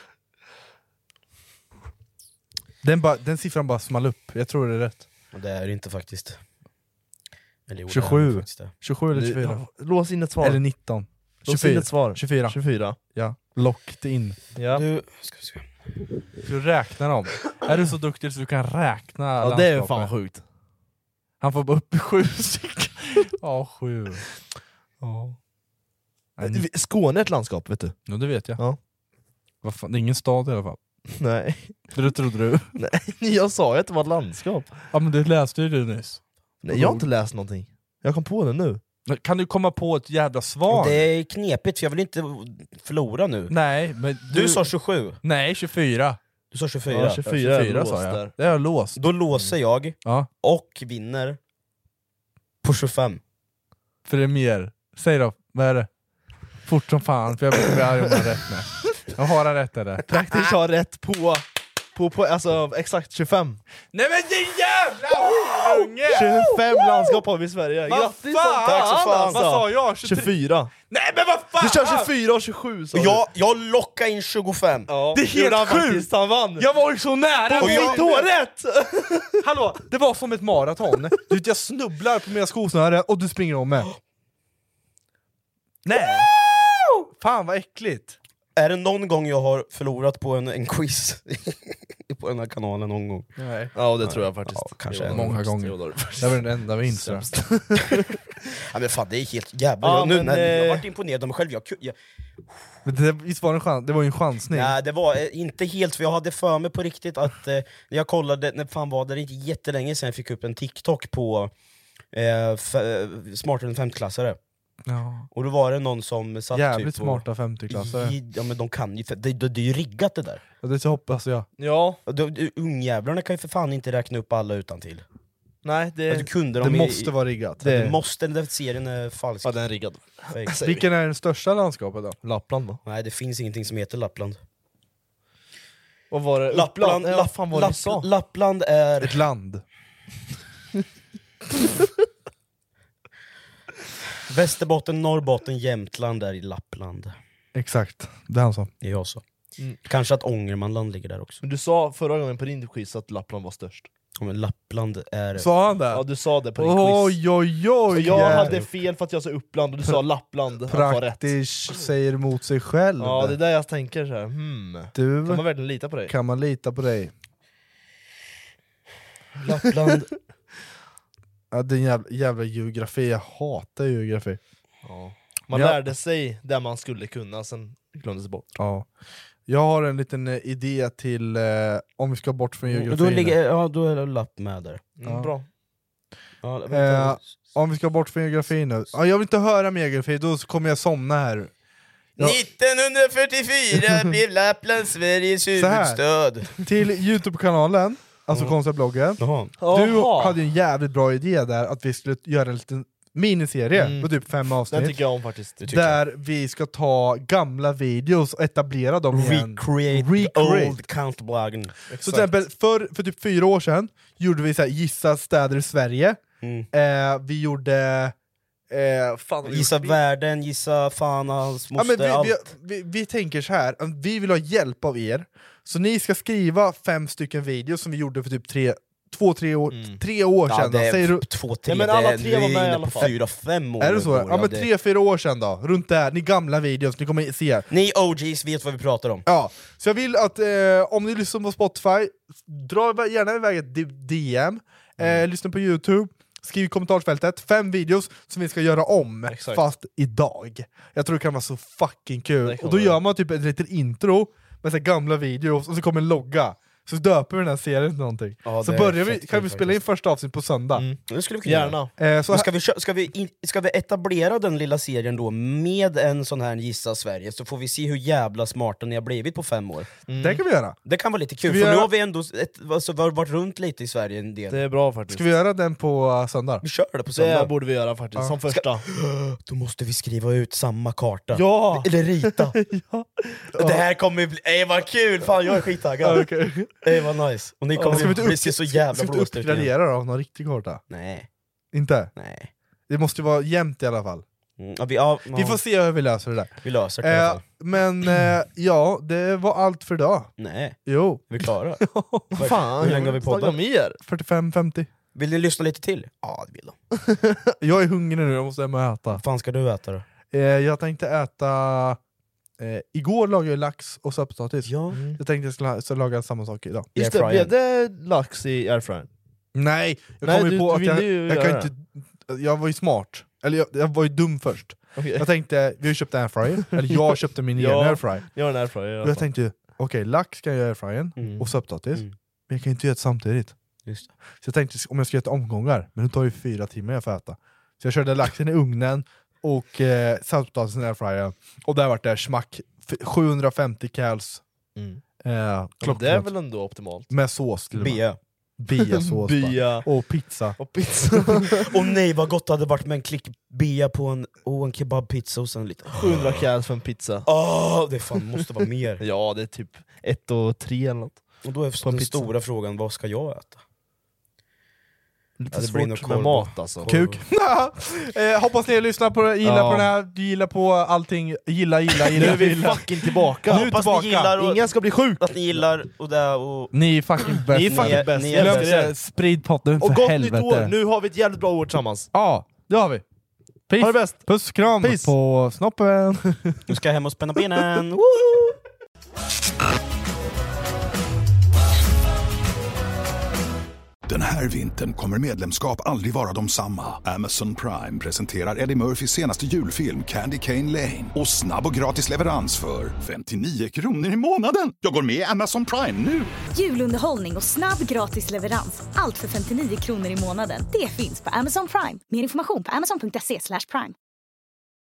Den, ba, den siffran bara small upp, jag tror det är rätt. Och det är det inte faktiskt. Eller, jo, tjugosju. det är faktiskt det. tjugosju eller tjugofyra. Lås in ett svar. Eller nitton. Lås in ett svar. tjugofyra. tjugofyra. Ja, locked in. Ja. Du, ska vi se. Du räknar dem. Är du så duktig så du kan räkna Ja, det är landskapen? fan sjukt. Han får bara upp i sju stycken. Ja, sju. Ja. Nej, Skåne är ett landskap, vet du. ja, det vet jag. Ja. Vad fan, det är ingen stad i alla fall. Nej. Det trodde du. Nej, jag sa ju att det var ett landskap. Ja, men det läste ju du nyss. Nej, jag har inte läst någonting. Jag kom på det nu. Men kan du komma på ett jävla svar? Det är knepigt för jag vill inte förlora nu. Nej, men Du, du sa tjugosju. Nej, tjugofyra. Du sa tjugofyra. Ja, tjugofyra är tjugofyra låst sa jag. där. Det är jag låst. Då låser jag Ja, och vinner på tjugofem. för det är mer. Säg då, vad är det? Fort som fan, för jag blir arg om jag har rätt med. Jag har han rätt eller? Praktiskt har rätt på, på, på alltså exakt tjugofem. Nej men din jävla horunge! tjugofem landskap har vi i Sverige. Vad Grattis fan? tack så fan Vad sa jag? tjugotre? tjugofyra. Nej men vad fan! Du kör tjugofyra och tjugosju sa Och du. jag, jag lockar in tjugofem. Ja, Det är gjorde han helt faktiskt, sjukt! han vann! Jag var ju så nära! Och jag då rätt! Hallå, det var som ett maraton. Du vet, jag snubblar på mina skosnören och du springer om mig. Nej! Fan vad äckligt! Är det någon gång jag har förlorat på en, en quiz på den här kanalen någon gång? Nej. Ja, det tror jag faktiskt. Ja, kanske Det var en Många först. gånger. Jo, då är det först. Det var den enda vi inte. Sämst. Ja, men fan, det är helt jävla... Ja, jag, nu, men, när, jag eh, har varit imponerad av mig själv. Jag, ku- jag, Men det, visst var det en chans? Det var ju en chansning. nej, det var eh, inte helt, för jag hade för mig på riktigt att... Eh, när jag kollade, när fan var det, det är inte jättelänge sedan jag fick upp en TikTok på eh, f- eh, smartare än femteklassare. Ja. Och då var det någon som satt Jävligt typ smarta femtioklassare. i, ja, men de kan ju, för det, det, det är ju riggat det där. Ja, det så hoppas jag. Ja, Och de, de, ungjävlarna kan ju för fan inte räkna upp alla utan till. nej det, Alltså, kunde Det de i- måste vara riggat. Det, det- måste, den där serien är falsk. ja, den är riggad. Fake. Säger vi. Vilken är den största landskapet då? Lappland va? Nej, det finns ingenting som heter Lappland. Vad var det? Lappland, Uppland? Nej, vad Lapp, fan var det Lapp, du sa? Lappland är... Ett land. Västerbotten, Norrbotten, Jämtland är i Lappland. Exakt, det är han sa. Det är jag så. Mm. Kanske att Ångermanland ligger där också. Men du sa förra gången på din quiz att Lappland var störst. Ja, men Lappland är... Sa han det? Ja, du sa det på din quiz. Oj oj oj! Så jag jävlar. hade fel för att jag sa Uppland och du sa Lappland. att var rätt. Praktiskt säger emot sig själv. Ja, det är där jag tänker så här. Hmm. Du, Kan man verkligen lita på dig? kan man lita på dig? Lappland... Ja, det är en jävla, jävla geografi, jag hatar geografi. Ja. Man Ja. lärde sig det man skulle kunna, sen glömdes det bort. Ja. Jag har en liten eh, idé till eh, om vi ska bort från Och geografin. då, ligger, ja, då är det Lapp med där. Mm, Ja. Bra. Ja, vänta. Eh, om vi ska bort från geografin nu. Ja, jag vill inte höra mer geografi, då kommer jag somna här. Ja. nittonhundrafyrtiofyra blev Lappland Sveriges Så här. huvudstad. Till Youtube-kanalen, alltså Ja. konstbloggen. Jaha. Du Jaha. hade en jävligt bra idé där, att vi skulle göra en liten miniserie Mm. på typ fem Den avsnitt. tycker jag om faktiskt. Där vi ska ta gamla videos och etablera dem igen. Recreate, Recreate. the old countbloggen. Så till exempel, för, för typ fyra år sedan gjorde vi så här, gissa städer i Sverige. Mm. Eh, vi gjorde... Eh, fan, vad vi Gissa gjorde- världen, gissa fan hans Ja, moster, men vi, allt. vi, vi, vi tänker så här, att vi vill ha hjälp av er. Så ni ska skriva fem stycken videos som vi gjorde för typ tre, två, tre år, Mm. tre år Ja, sedan. det då. är Säger du, två, tre, Nej, men alla det, tre vi är var med i inne alla på fall. fyra, fem år. är det så? då, Ja men det- tre, fyra år sedan då, runt där, ni gamla videos, ni kommer se. Ni O Gs vet vad vi pratar om. Ja, så jag vill att eh, om ni lyssnar på Spotify, dra gärna iväg ett D- D M, eh, lyssna på Youtube, skriv i kommentarsfältet, fem videos som vi ska göra om, Exakt. fast idag. Jag tror det kan vara så fucking Det kul. kan Och då vara. gör man typ ett litet intro med så här gamla videos, och så kommer en logga. så döper vi den här serien till någonting. Ja, så det är börjar vi, fett kan kul vi spela in första avsnitt på söndag? Mm. Det skulle vi kunna Gärna. göra. Eh, så Men ska, vi, kö- ska, vi in, ska vi etablera den lilla serien då med en sån här Gissa Sverige, så får vi se hur jävla smarta ni har blivit på fem år. Mm. Det kan vi göra. Det kan vara lite kul, vi för göra- nu har vi ändå ett, alltså, vi har varit runt lite i Sverige en del. Det är bra faktiskt. Ska vi göra den på uh, söndag? Vi kör det på söndag. Det borde vi göra faktiskt, Ja. som första. Då måste vi skriva ut samma karta. Ja! Eller rita. ja. Det här kommer bli... Ey vad kul! Fan jag är skittaggad. Okay. Ey vad nice. Och ni kommer Ska vi inte bli upp, så jävla ska vi inte blåsta ut igen. uppgradera då, någon riktig karta? Nej. Inte? Nej. Det måste ju vara jämnt i alla fall. Mm. Ja, vi, ja, Vi får se hur vi löser det där. Vi löser det i alla Eh, fall. men eh, ja, det var allt för idag. Nej. Jo. Är vi klara? Vad fan, Hur länge har vi snacka poddat? mer? fyrtiofem femtio. Vill ni lyssna lite till? Ja, det vill de. Jag är hungrig nu, jag måste hem och äta. Vad fan ska du äta då? Eh, jag tänkte äta... Eh, igår lagade jag lax och sötpotatis. Ja. Jag tänkte jag skulle, ha- så laga samma sak idag. Just det, blev det lax i airfryen? Nej, jag Nej, kom ju du- på du att jag, ville ju jag kan göra inte... Jag var ju smart. Eller jag, jag var ju dum först. Okej. Jag tänkte, vi har köpt en airfryer, eller jag köpte min egen Ja, airfryer. jag har en airfryer i alla Och jag fall. tänkte, okej, lax kan jag göra i airfryern, Mm. och sötpotatis. Mm. Men jag kan inte göra det samtidigt. Just det. Så jag tänkte, om jag ska göra omgångar, men det tar ju fyra timmar jag får äta. Så jag körde laxen i ugnen och eh, sötpotatisen i airfryern. Och där var det smack, f- sjuhundrafemtio cals. Mm. Eh, Ja, klockrent. det är väl ändå optimalt. Med sås till och med. Bea. Bea-sås. Bea. bara. Och pizza. Och pizza. Åh nej vad gott det hade varit med en klick bea på en, oh, en kebabpizza och sen lite... sjuhundra kals för en pizza. Åh, det fan måste vara mer. Ja, det är typ ett och tre eller något. Och då är På en den pizza. stora frågan, vad ska jag äta? Lite Ja, det blir svårt nog med korv. mat alltså. Kuk. eh, hoppas ni lyssnar på, gillar Ja. på den här, du gillar på allting, gilla, gilla, Nu gilla, är vi gilla. fucking tillbaka. Nu är Hoppas tillbaka. ni gillar och, Ingen ska bli sjuk. att ni gillar och det och... Ni är fucking bäst. Ni är fucking Ni är- bäst. ni är Jag Glöm älskar inte, er. sprid podden Och för gott helvete. nytt år! Nu har vi ett jävligt bra ord tillsammans. Ja, det har vi. Peace. Ha det bäst. Puss, kram Peace. på snoppen. Nu ska jag hem och spänna benen. Woo! Den här vintern kommer medlemskap aldrig vara de samma. Amazon Prime presenterar Eddie Murphys senaste julfilm Candy Cane Lane. Och snabb och gratis leverans för femtionio kronor i månaden. Jag går med i Amazon Prime nu! Julunderhållning och snabb gratis leverans. Allt för femtionio kronor i månaden. Det finns på Amazon Prime. Mer information på amazon punkt se slash prime.